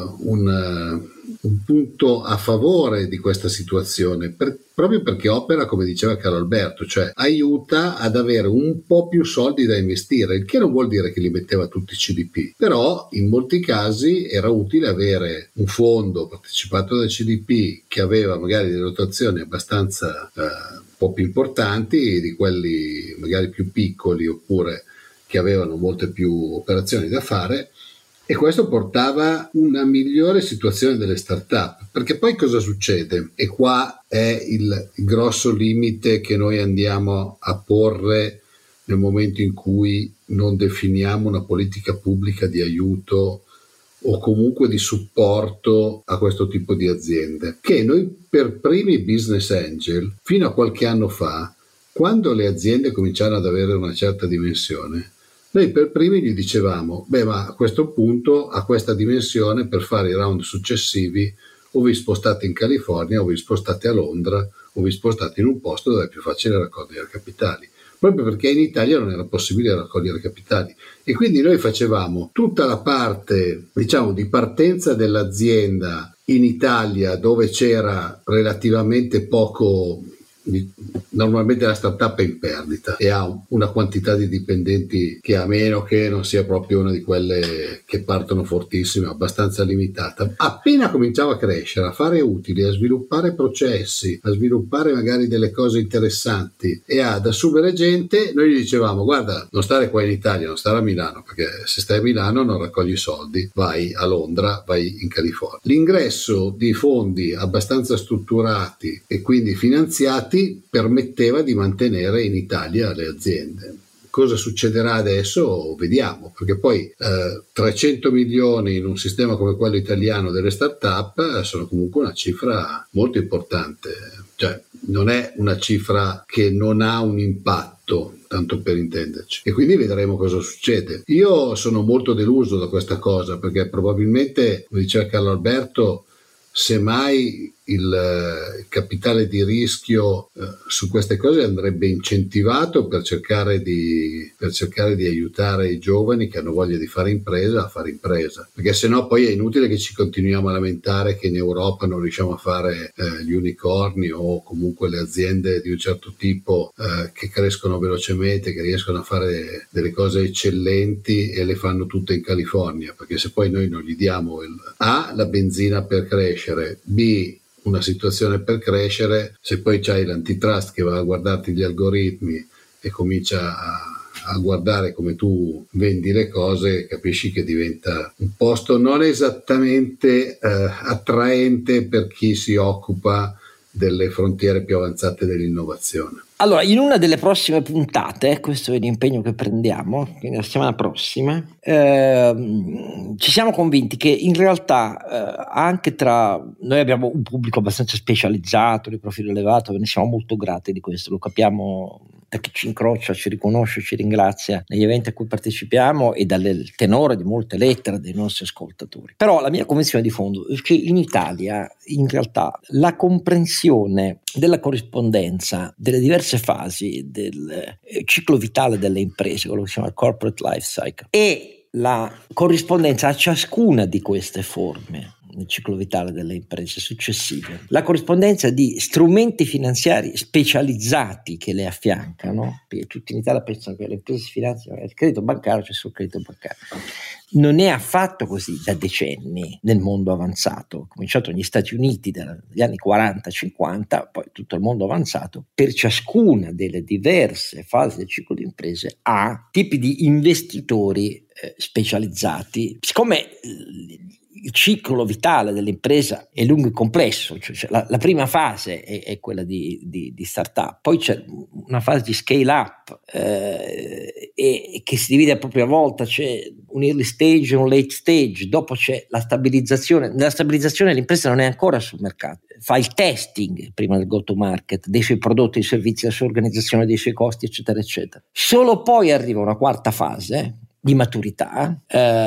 un punto a favore di questa situazione, proprio perché opera, come diceva Carlo Alberto, cioè aiuta ad avere un po' più soldi da investire, il che non vuol dire che li metteva tutti CDP, però in molti casi era utile avere un fondo partecipato da CDP che aveva magari delle dotazioni abbastanza un po' più importanti di quelli magari più piccoli oppure che avevano molte più operazioni da fare. E questo portava una migliore situazione delle start-up, perché poi cosa succede? E qua è il grosso limite che noi andiamo a porre nel momento in cui non definiamo una politica pubblica di aiuto o comunque di supporto a questo tipo di aziende, che noi per primi business angel, fino a qualche anno fa, quando le aziende cominciarono ad avere una certa dimensione, noi per primi gli dicevamo, ma a questo punto, a questa dimensione, per fare i round successivi, o vi spostate in California, o vi spostate a Londra, o vi spostate in un posto dove è più facile raccogliere capitali. Proprio perché in Italia non era possibile raccogliere capitali. E quindi noi facevamo tutta la parte, diciamo, di partenza dell'azienda in Italia, dove c'era relativamente poco. Normalmente la startup è in perdita e ha una quantità di dipendenti che, a meno che non sia proprio una di quelle che partono fortissime, abbastanza limitata. Appena cominciava a crescere, a fare utili, a sviluppare processi, a sviluppare magari delle cose interessanti e ad assumere gente, noi gli dicevamo: guarda, non stare qua in Italia, non stare a Milano, perché se stai a Milano non raccogli soldi, vai a Londra, vai in California. L'ingresso di fondi abbastanza strutturati e quindi finanziati permetteva di mantenere in Italia le aziende. Cosa succederà adesso? Vediamo, perché poi 300 milioni in un sistema come quello italiano delle start-up sono comunque una cifra molto importante, cioè non è una cifra che non ha un impatto, tanto per intenderci, e quindi vedremo cosa succede. Io sono molto deluso da questa cosa, perché probabilmente, come diceva Carlo Alberto, semmai il capitale di rischio su queste cose andrebbe incentivato per cercare di aiutare i giovani che hanno voglia di fare impresa a fare impresa, perché sennò poi è inutile che ci continuiamo a lamentare che in Europa non riusciamo a fare gli unicorni o comunque le aziende di un certo tipo che crescono velocemente, che riescono a fare delle cose eccellenti e le fanno tutte in California, perché se poi noi non gli diamo la benzina per crescere, B, una situazione per crescere, se poi c'hai l'antitrust che va a guardarti gli algoritmi e comincia a guardare come tu vendi le cose, capisci che diventa un posto non esattamente attraente per chi si occupa delle frontiere più avanzate dell'innovazione. Allora, in una delle prossime puntate, questo è l'impegno che prendiamo, quindi la settimana prossima, ci siamo convinti che in realtà anche noi abbiamo un pubblico abbastanza specializzato, di profilo elevato, ve ne siamo molto grati di questo, lo capiamo da chi ci incrocia, ci riconosce, ci ringrazia negli eventi a cui partecipiamo e dal tenore di molte lettere dei nostri ascoltatori. Però la mia convinzione di fondo è che in Italia in realtà la comprensione della corrispondenza delle diverse fasi del ciclo vitale delle imprese, quello che si chiama corporate life cycle, e la corrispondenza a ciascuna di queste forme nel ciclo vitale delle imprese successive, la corrispondenza di strumenti finanziari specializzati che le affiancano, perché tutti in Italia pensano che le imprese si finanziano il credito bancario, c'è solo il credito bancario. Non è affatto così da decenni nel mondo avanzato, cominciato negli Stati Uniti dagli anni 40-50, poi tutto il mondo avanzato, per ciascuna delle diverse fasi del ciclo di imprese ha tipi di investitori specializzati. Siccome il ciclo vitale dell'impresa è lungo e complesso, cioè la prima fase è quella di startup, poi c'è una fase di scale up e che si divide a propria volta, c'è un early stage e un late stage, dopo c'è la stabilizzazione. Nella stabilizzazione l'impresa non è ancora sul mercato, fa il testing prima del go to market dei suoi prodotti, dei servizi, della sua organizzazione, dei suoi costi, eccetera eccetera. Solo poi arriva una quarta fase di maturità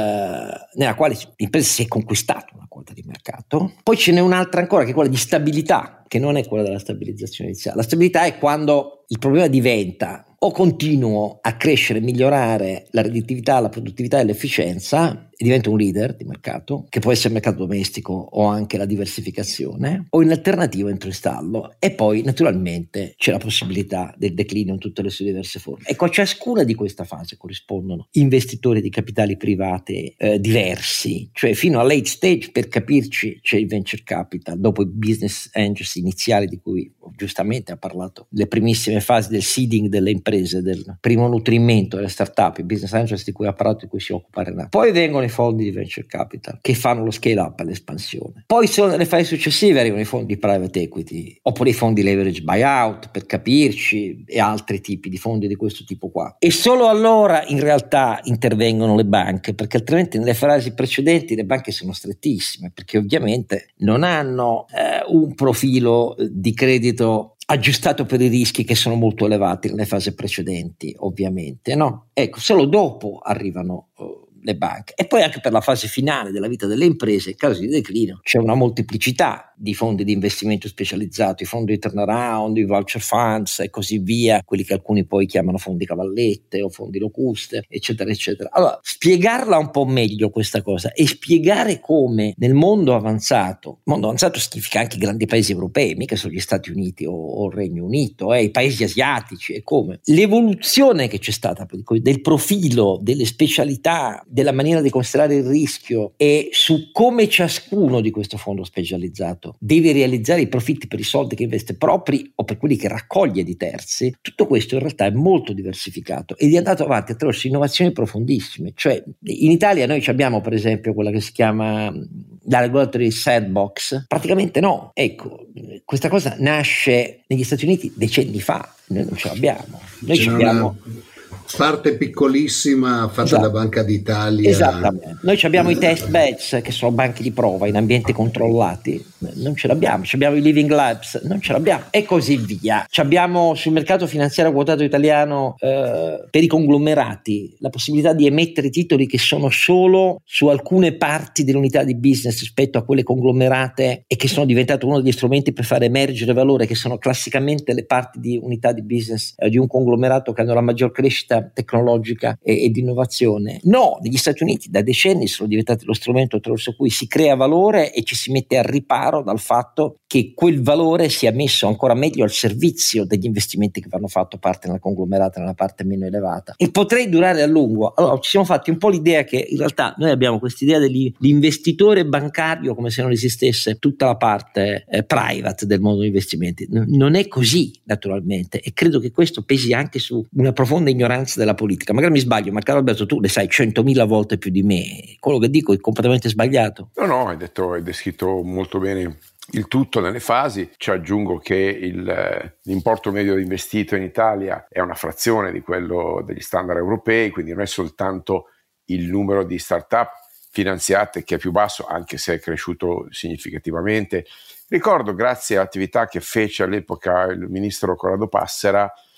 nella quale l'impresa si è conquistata una quota di mercato. Poi ce n'è un'altra ancora che è quella di stabilità, che non è quella della stabilizzazione iniziale. La stabilità è quando il problema diventa: o continuo a crescere, migliorare la redditività, la produttività e l'efficienza e divento un leader di mercato, che può essere il mercato domestico o anche la diversificazione, o in alternativa entro in stallo, e poi naturalmente c'è la possibilità del declino in tutte le sue diverse forme. Ecco, a ciascuna di questa fase corrispondono investitori di capitali privati diversi, cioè fino a late stage, per capirci, c'è il venture capital, dopo i business angels iniziali di cui giustamente ha parlato, le primissime fasi del seeding delle imprese, del primo nutrimento delle startup, i business angels di cui ha parlato, di cui si occupa Renato. Poi vengono i fondi di venture capital che fanno lo scale up e l'espansione. Poi solo nelle fasi successive arrivano i fondi di private equity, oppure i fondi leverage buyout, per capirci, e altri tipi di fondi di questo tipo qua. E solo allora in realtà intervengono le banche, perché altrimenti nelle fasi precedenti le banche sono strettissime, perché ovviamente non hanno un profilo di credito aggiustato per i rischi che sono molto elevati nelle fasi precedenti, ovviamente, no? Ecco, solo dopo arrivano le banche. E poi anche per la fase finale della vita delle imprese, in caso di declino, c'è una molteplicità di fondi di investimento specializzato, i fondi di turnaround, i voucher funds e così via, quelli che alcuni poi chiamano fondi cavallette o fondi locuste, eccetera eccetera. Allora, spiegarla un po' meglio questa cosa e spiegare come nel mondo avanzato significa anche i grandi paesi europei, mica solo gli Stati Uniti o il Regno Unito, i paesi asiatici, e come l'evoluzione che c'è stata del profilo, delle specialità, della maniera di considerare il rischio, e su come ciascuno di questo fondo specializzato deve realizzare i profitti per i soldi che investe propri o per quelli che raccoglie di terzi. Tutto questo in realtà è molto diversificato ed è andato avanti attraverso innovazioni profondissime. Cioè in Italia noi abbiamo per esempio quella che si chiama la regulatory sandbox, praticamente no. Ecco, questa cosa nasce negli Stati Uniti decenni fa, noi non ce l'abbiamo. Noi abbiamo parte piccolissima fatta esatto. da Banca d'Italia. Esattamente. Noi abbiamo i test beds, che sono banchi di prova in ambienti controllati, non ce l'abbiamo. Abbiamo i living labs, non ce l'abbiamo, e così via. Abbiamo sul mercato finanziario quotato italiano per i conglomerati la possibilità di emettere titoli che sono solo su alcune parti dell'unità di business rispetto a quelle conglomerate, e che sono diventate uno degli strumenti per fare emergere valore, che sono classicamente le parti di unità di business di un conglomerato che hanno la maggior crescita tecnologica e di innovazione. No, negli Stati Uniti da decenni sono diventati lo strumento attraverso cui si crea valore e ci si mette al riparo dal fatto che quel valore sia messo ancora meglio al servizio degli investimenti che vanno fatto parte nella conglomerata, nella parte meno elevata. E potrei durare a lungo. Allora ci siamo fatti un po' l'idea che in realtà noi abbiamo quest'idea dell'investitore bancario come se non esistesse tutta la parte private del mondo degli investimenti. Non è così, naturalmente, e credo che questo pesi anche su una profonda ignoranza della politica. Magari mi sbaglio, ma Carlo Alberto, tu le sai 100.000 volte più di me. Quello che dico è completamente sbagliato. No, hai descritto molto bene il tutto nelle fasi. Ci aggiungo che l'importo medio investito in Italia è una frazione di quello degli standard europei, quindi non è soltanto il numero di start-up finanziate che è più basso, anche se è cresciuto significativamente. Ricordo, grazie all'attività che fece all'epoca il ministro Corrado Passera,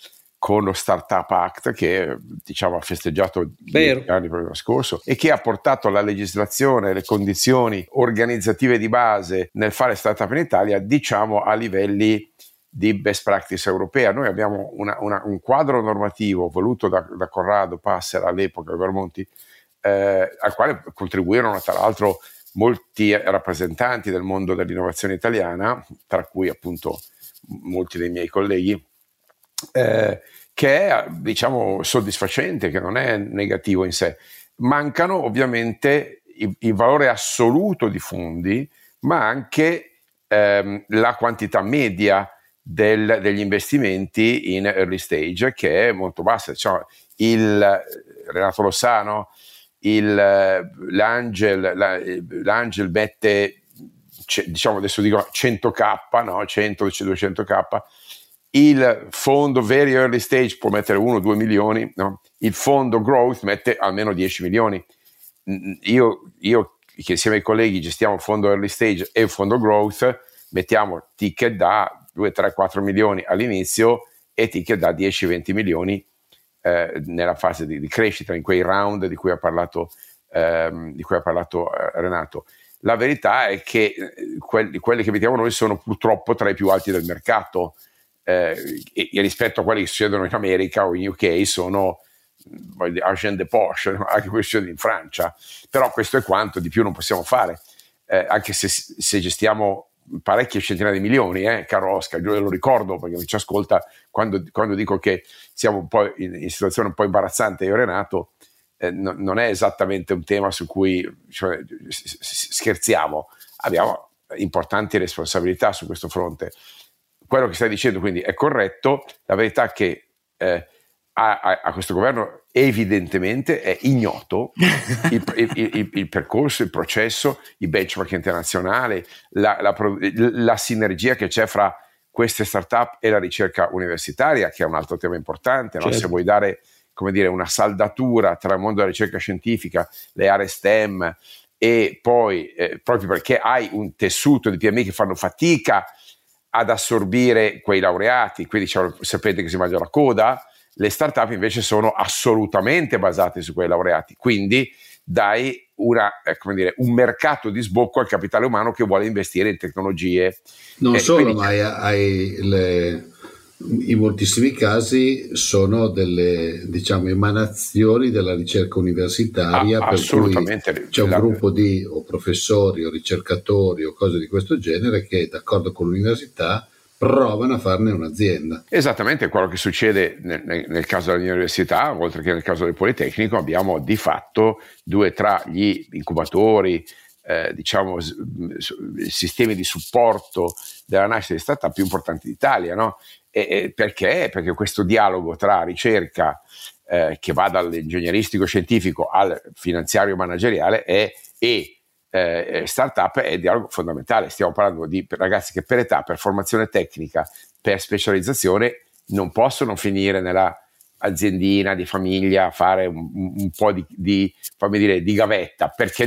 con lo Startup Act che diciamo ha festeggiato 10 anni l'anno scorso e che ha portato la legislazione, le condizioni organizzative di base nel fare startup in Italia diciamo a livelli di best practice europea. Noi abbiamo un quadro normativo voluto da Corrado Passera all'epoca, Vermonti, al quale contribuirono tra l'altro molti rappresentanti del mondo dell'innovazione italiana, tra cui appunto molti dei miei colleghi, che è diciamo soddisfacente, che non è negativo in sé. Mancano ovviamente il valore assoluto di fondi, ma anche la quantità media degli investimenti in early stage, che è molto bassa. Diciamo, Renato Lossano, l'Angel mette, diciamo adesso dico 100k, no? 100-200k. Il fondo very early stage può mettere 1-2 milioni, no? Il fondo growth mette almeno 10 milioni. Io che insieme ai colleghi gestiamo il fondo early stage e il fondo growth, mettiamo ticket da 2-3-4 milioni all'inizio e ticket da 10-20 milioni nella fase di crescita, in quei round di cui ha parlato Renato. La verità è che quelli che mettiamo noi sono purtroppo tra i più alti del mercato, e rispetto a quelli che succedono in America o in UK sono Argent de Porsche, anche questo in Francia. Però questo è quanto, di più non possiamo fare, anche se gestiamo parecchie centinaia di milioni, caro Oscar, io lo ricordo perché mi ci ascolta quando dico che siamo un po' in situazione un po' imbarazzante io e Renato, non è esattamente un tema su cui scherziamo, abbiamo importanti responsabilità su questo fronte. Quello che stai dicendo quindi è corretto, la verità è che a questo governo evidentemente è ignoto il percorso, il processo, i benchmark internazionali, la sinergia che c'è fra queste startup e la ricerca universitaria, che è un altro tema importante, no? Certo. Se vuoi dare, come dire, una saldatura tra il mondo della ricerca scientifica, le aree STEM e poi proprio perché hai un tessuto di PMI che fanno fatica ad assorbire quei laureati, quindi c'è il serpente che si mangia la coda. Le startup invece sono assolutamente basate su quei laureati, quindi dai un mercato di sbocco al capitale umano che vuole investire in tecnologie. Non solo, ma in moltissimi casi sono delle, diciamo, emanazioni della ricerca universitaria, per cui c'è un gruppo di o professori o ricercatori o cose di questo genere che, d'accordo con l'università, provano a farne un'azienda. Esattamente quello che succede nel caso dell'università, oltre che nel caso del Politecnico. Abbiamo di fatto due tra gli incubatori, diciamo sistemi di supporto della nascita di startup più importanti d'Italia, no? Perché? Perché questo dialogo tra ricerca che va dall'ingegneristico scientifico al finanziario manageriale e startup è dialogo fondamentale. Stiamo parlando di ragazzi che per età, per formazione tecnica, per specializzazione non possono finire nella aziendina di famiglia a fare un po' di fammi dire di gavetta, perché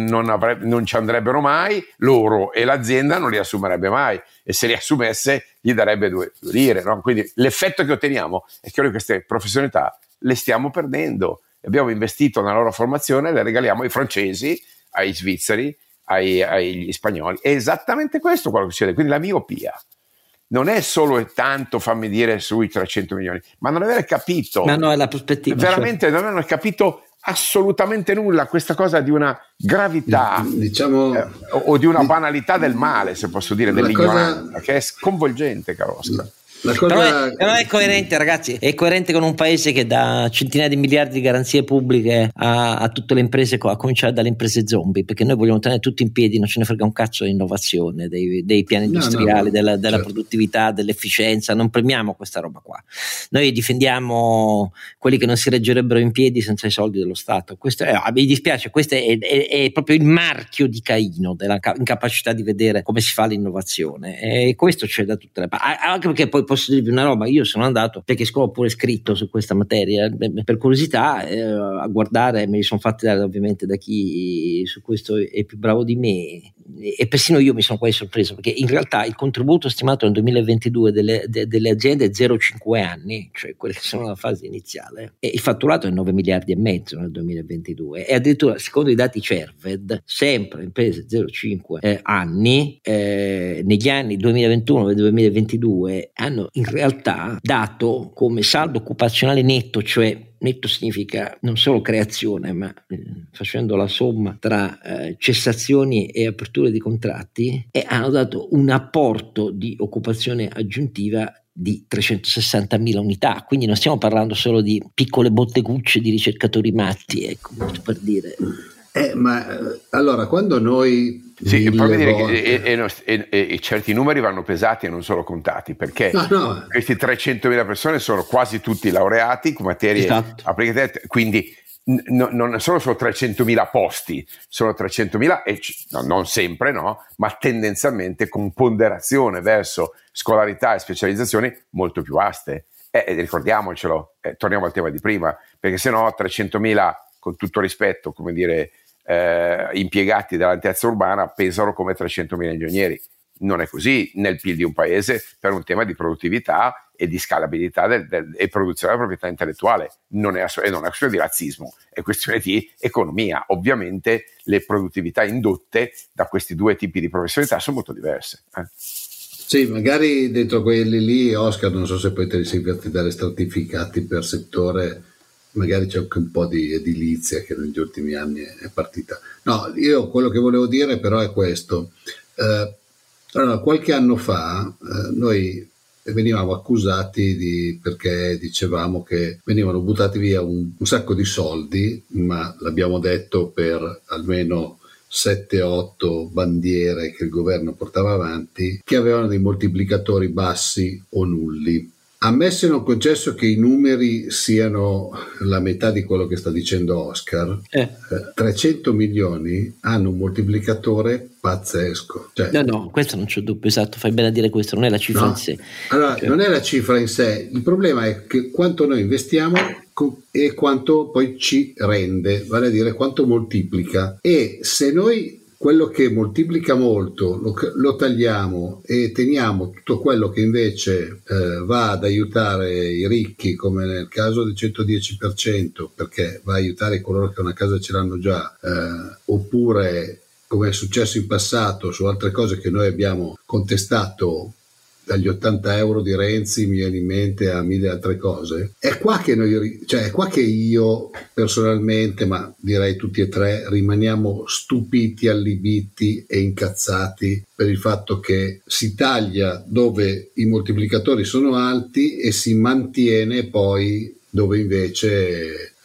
non ci andrebbero mai loro e l'azienda non li assumerebbe mai, e se li assumesse gli darebbe due lire, no? Quindi l'effetto che otteniamo è che noi queste professionalità le stiamo perdendo. Abbiamo investito nella loro formazione, le regaliamo ai francesi, ai svizzeri, agli spagnoli. È esattamente questo quello che succede. Quindi la miopia non è solo e tanto, fammi dire, sui 300 milioni, ma non aver capito, ma no, è la prospettiva, veramente, cioè, non hanno capito assolutamente nulla, questa cosa di una gravità, diciamo, o di una banalità del male, se posso dire, dell'ignoranza, che è sconvolgente, caro Oscar. Però è coerente, ragazzi, è coerente con un paese che dà centinaia di miliardi di garanzie pubbliche a tutte le imprese, a cominciare dalle imprese zombie, perché noi vogliamo tenere tutto in piedi, non ce ne frega un cazzo dell'innovazione, dei piani industriali, della certo. Produttività, dell'efficienza, non premiamo questa roba qua. Noi difendiamo quelli che non si reggerebbero in piedi senza i soldi dello Stato. Questo mi dispiace, questo è proprio il marchio di Caino, della incapacità di vedere come si fa l'innovazione, e questo c'è da tutte le parti, anche perché poi posso dirvi una roba, io sono andato, perché ho pure scritto su questa materia per curiosità, a guardare, me li sono fatti dare ovviamente da chi su questo è più bravo di me, e persino io mi sono quasi sorpreso, perché in realtà il contributo stimato nel 2022 delle aziende è 0,5 anni, cioè quelle che sono la fase iniziale, e il fatturato è 9 miliardi e mezzo nel 2022, e addirittura secondo i dati Cerved, sempre imprese 0,5 anni, negli anni 2021 e 2022 hanno in realtà dato come saldo occupazionale netto, cioè netto significa non solo creazione, ma facendo la somma tra cessazioni e aperture di contratti, e hanno dato un apporto di occupazione aggiuntiva di 360.000 unità, quindi non stiamo parlando solo di piccole bottegucce di ricercatori matti, ecco, per dire. Ma allora quando noi sì, poi dire che certi numeri vanno pesati e non solo contati, perché questi 300.000 persone sono quasi tutti laureati con materie applicate, quindi non sono solo 300.000 posti, sono 300.000 e non sempre, no, ma tendenzialmente con ponderazione verso scolarità e specializzazioni molto più vaste. Ricordiamocelo, torniamo al tema di prima, perché se no 300.000, con tutto rispetto, come dire, impiegati dell'altezza urbana pesano come 300.000 ingegneri. Non è così nel PIL di un paese, per un tema di produttività e di scalabilità e produzione della proprietà intellettuale. Non è questione di razzismo, è questione di economia. Ovviamente le produttività indotte da questi due tipi di professionalità sono molto diverse. Sì, magari dentro quelli lì, Oscar, non so se poi te li sei fatti dare stratificati per settore. Magari c'è anche un po' di edilizia che negli ultimi anni è partita. No, io quello che volevo dire però è questo. Allora, qualche anno fa noi venivamo accusati perché dicevamo che venivano buttati via un sacco di soldi, ma l'abbiamo detto per almeno 7-8 bandiere che il governo portava avanti, che avevano dei moltiplicatori bassi o nulli. Ammesso e non concesso che i numeri siano la metà di quello che sta dicendo Oscar, 300 milioni hanno un moltiplicatore pazzesco. Cioè, No, questo non c'è dubbio, esatto, fai bene a dire questo, non è la cifra in sé. Allora, non è la cifra in sé, il problema è che quanto noi investiamo e quanto poi ci rende, vale a dire quanto moltiplica. E se noi quello che moltiplica molto lo tagliamo e teniamo tutto quello che invece va ad aiutare i ricchi, come nel caso del 110%, perché va a aiutare coloro che una casa ce l'hanno già, oppure come è successo in passato su altre cose che noi abbiamo contestato, dagli 80 euro di Renzi mi viene in mente a mille altre cose. È qua che io personalmente, ma direi tutti e tre, rimaniamo stupiti, allibiti e incazzati per il fatto che si taglia dove i moltiplicatori sono alti e si mantiene poi dove invece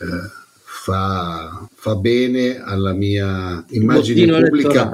fa bene alla mia immagine pubblica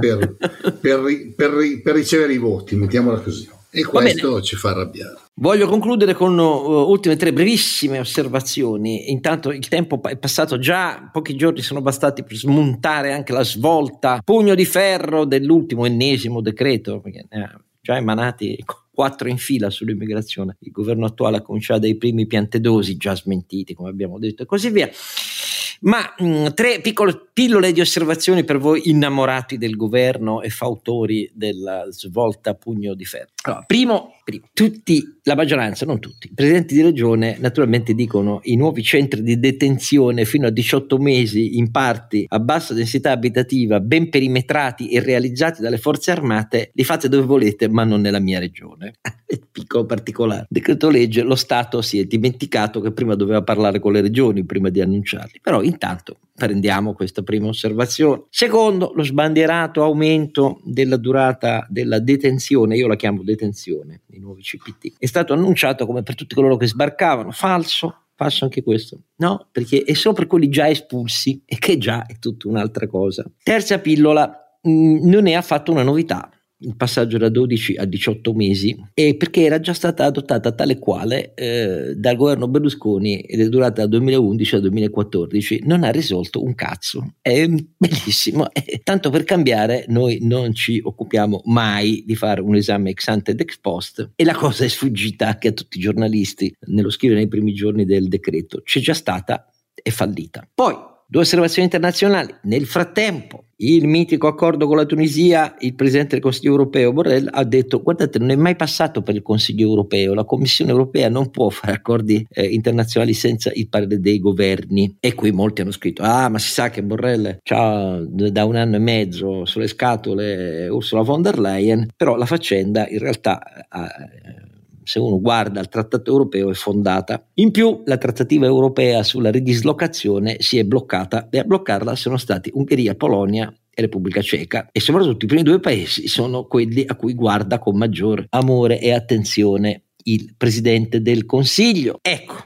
per ricevere i voti, mettiamola così. E questo ci fa arrabbiare. Voglio concludere con ultime 3 brevissime osservazioni. Intanto il tempo è passato già, pochi giorni sono bastati per smontare anche la svolta pugno di ferro dell'ultimo ennesimo decreto, perché ne ha già emanati 4 in fila sull'immigrazione. Il governo attuale ha cominciato dai primi piantedosi, già smentiti come abbiamo detto e così via. Ma 3 piccole pillole di osservazioni per voi innamorati del governo e fautori della svolta pugno di ferro. Allora, primo, la maggioranza, non tutti, i presidenti di regione naturalmente dicono i nuovi centri di detenzione fino a 18 mesi in parti a bassa densità abitativa, ben perimetrati e realizzati dalle forze armate, li fate dove volete ma non nella mia regione. Piccolo particolare. Decreto legge, lo Stato si è dimenticato che prima doveva parlare con le regioni prima di annunciarli, però intanto prendiamo questa prima osservazione. Secondo, lo sbandierato aumento della durata della detenzione, io la chiamo detenzione, i nuovi CPT, è stato annunciato come per tutti coloro che sbarcavano. Falso anche questo, no, perché è solo per quelli già espulsi, e che già è tutta un'altra cosa. Terza pillola, non è affatto una novità il passaggio da 12 a 18 mesi, perché era già stata adottata tale quale dal governo Berlusconi ed è durata dal 2011 al 2014, non ha risolto un cazzo. È bellissimo, tanto per cambiare noi non ci occupiamo mai di fare un esame ex ante ed ex post, e la cosa è sfuggita anche a tutti i giornalisti nello scrivere nei primi giorni del decreto. C'è già stata, è fallita. Poi Due osservazioni internazionali. Nel frattempo, il mitico accordo con la Tunisia, il presidente del Consiglio europeo Borrell ha detto: guardate, non è mai passato per il Consiglio europeo, la Commissione europea non può fare accordi internazionali senza il parere dei governi. E qui molti hanno scritto: ma si sa che Borrell c'ha da 1 anno e mezzo sulle scatole Ursula von der Leyen, però la faccenda in realtà se uno guarda il trattato europeo è fondata. In più la trattativa europea sulla ridislocazione si è bloccata, e a bloccarla sono stati Ungheria, Polonia e Repubblica Ceca, e soprattutto i primi 2 paesi sono quelli a cui guarda con maggior amore e attenzione il Presidente del Consiglio. Ecco,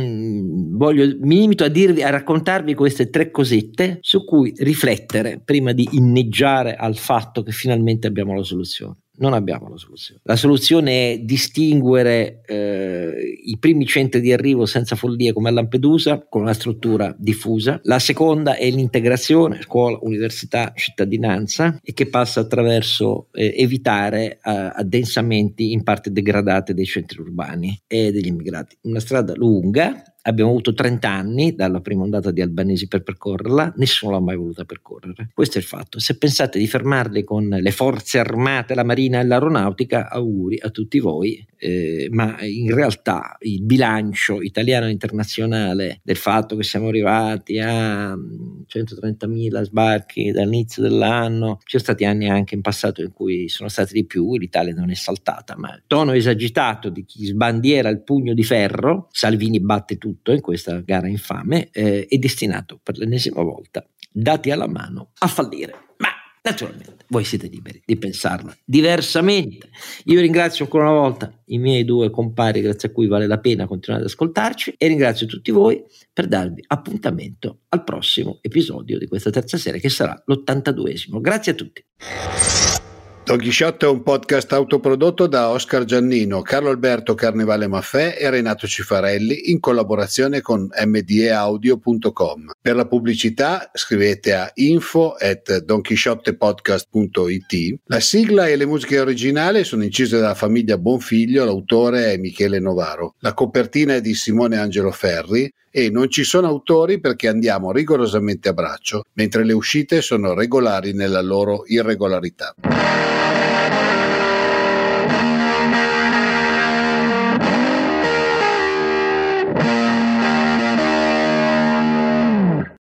mi limito a raccontarvi queste 3 cosette su cui riflettere prima di inneggiare al fatto che finalmente abbiamo la soluzione. Non abbiamo la soluzione. La soluzione è distinguere i primi centri di arrivo senza follia come a Lampedusa, con una struttura diffusa. La seconda è l'integrazione scuola, università, cittadinanza, e che passa attraverso evitare addensamenti in parte degradate dei centri urbani e degli immigrati. Una strada lunga. Abbiamo avuto 30 anni dalla prima ondata di albanesi per percorrerla, nessuno l'ha mai voluta percorrere. Questo è il fatto. Se pensate di fermarli con le forze armate, la marina e l'aeronautica, auguri a tutti voi, ma in realtà il bilancio italiano e internazionale del fatto che siamo arrivati a 130.000 sbarchi dall'inizio dell'anno, ci sono stati anni anche in passato in cui sono stati di più, l'Italia non è saltata, ma il tono esagitato di chi sbandiera il pugno di ferro, Salvini batte tutto in questa gara infame, è destinato per l'ennesima volta, dati alla mano, a fallire. Ma naturalmente voi siete liberi di pensarla diversamente. Io ringrazio ancora una volta i miei 2 compari, grazie a cui vale la pena continuare ad ascoltarci, e ringrazio tutti voi per darvi appuntamento al prossimo episodio di questa terza serie, che sarà l'82esimo. Grazie a tutti. Don Chisciotte è un podcast autoprodotto da Oscar Giannino, Carlo Alberto Carnevale Maffè e Renato Cifarelli in collaborazione con mdeaudio.com. Per la pubblicità scrivete a info@donchisciottepodcast.it. La sigla e le musiche originali sono incise dalla famiglia Bonfiglio, l'autore è Michele Novaro. La copertina è di Simone Angelo Ferri e non ci sono autori perché andiamo rigorosamente a braccio, mentre le uscite sono regolari nella loro irregolarità.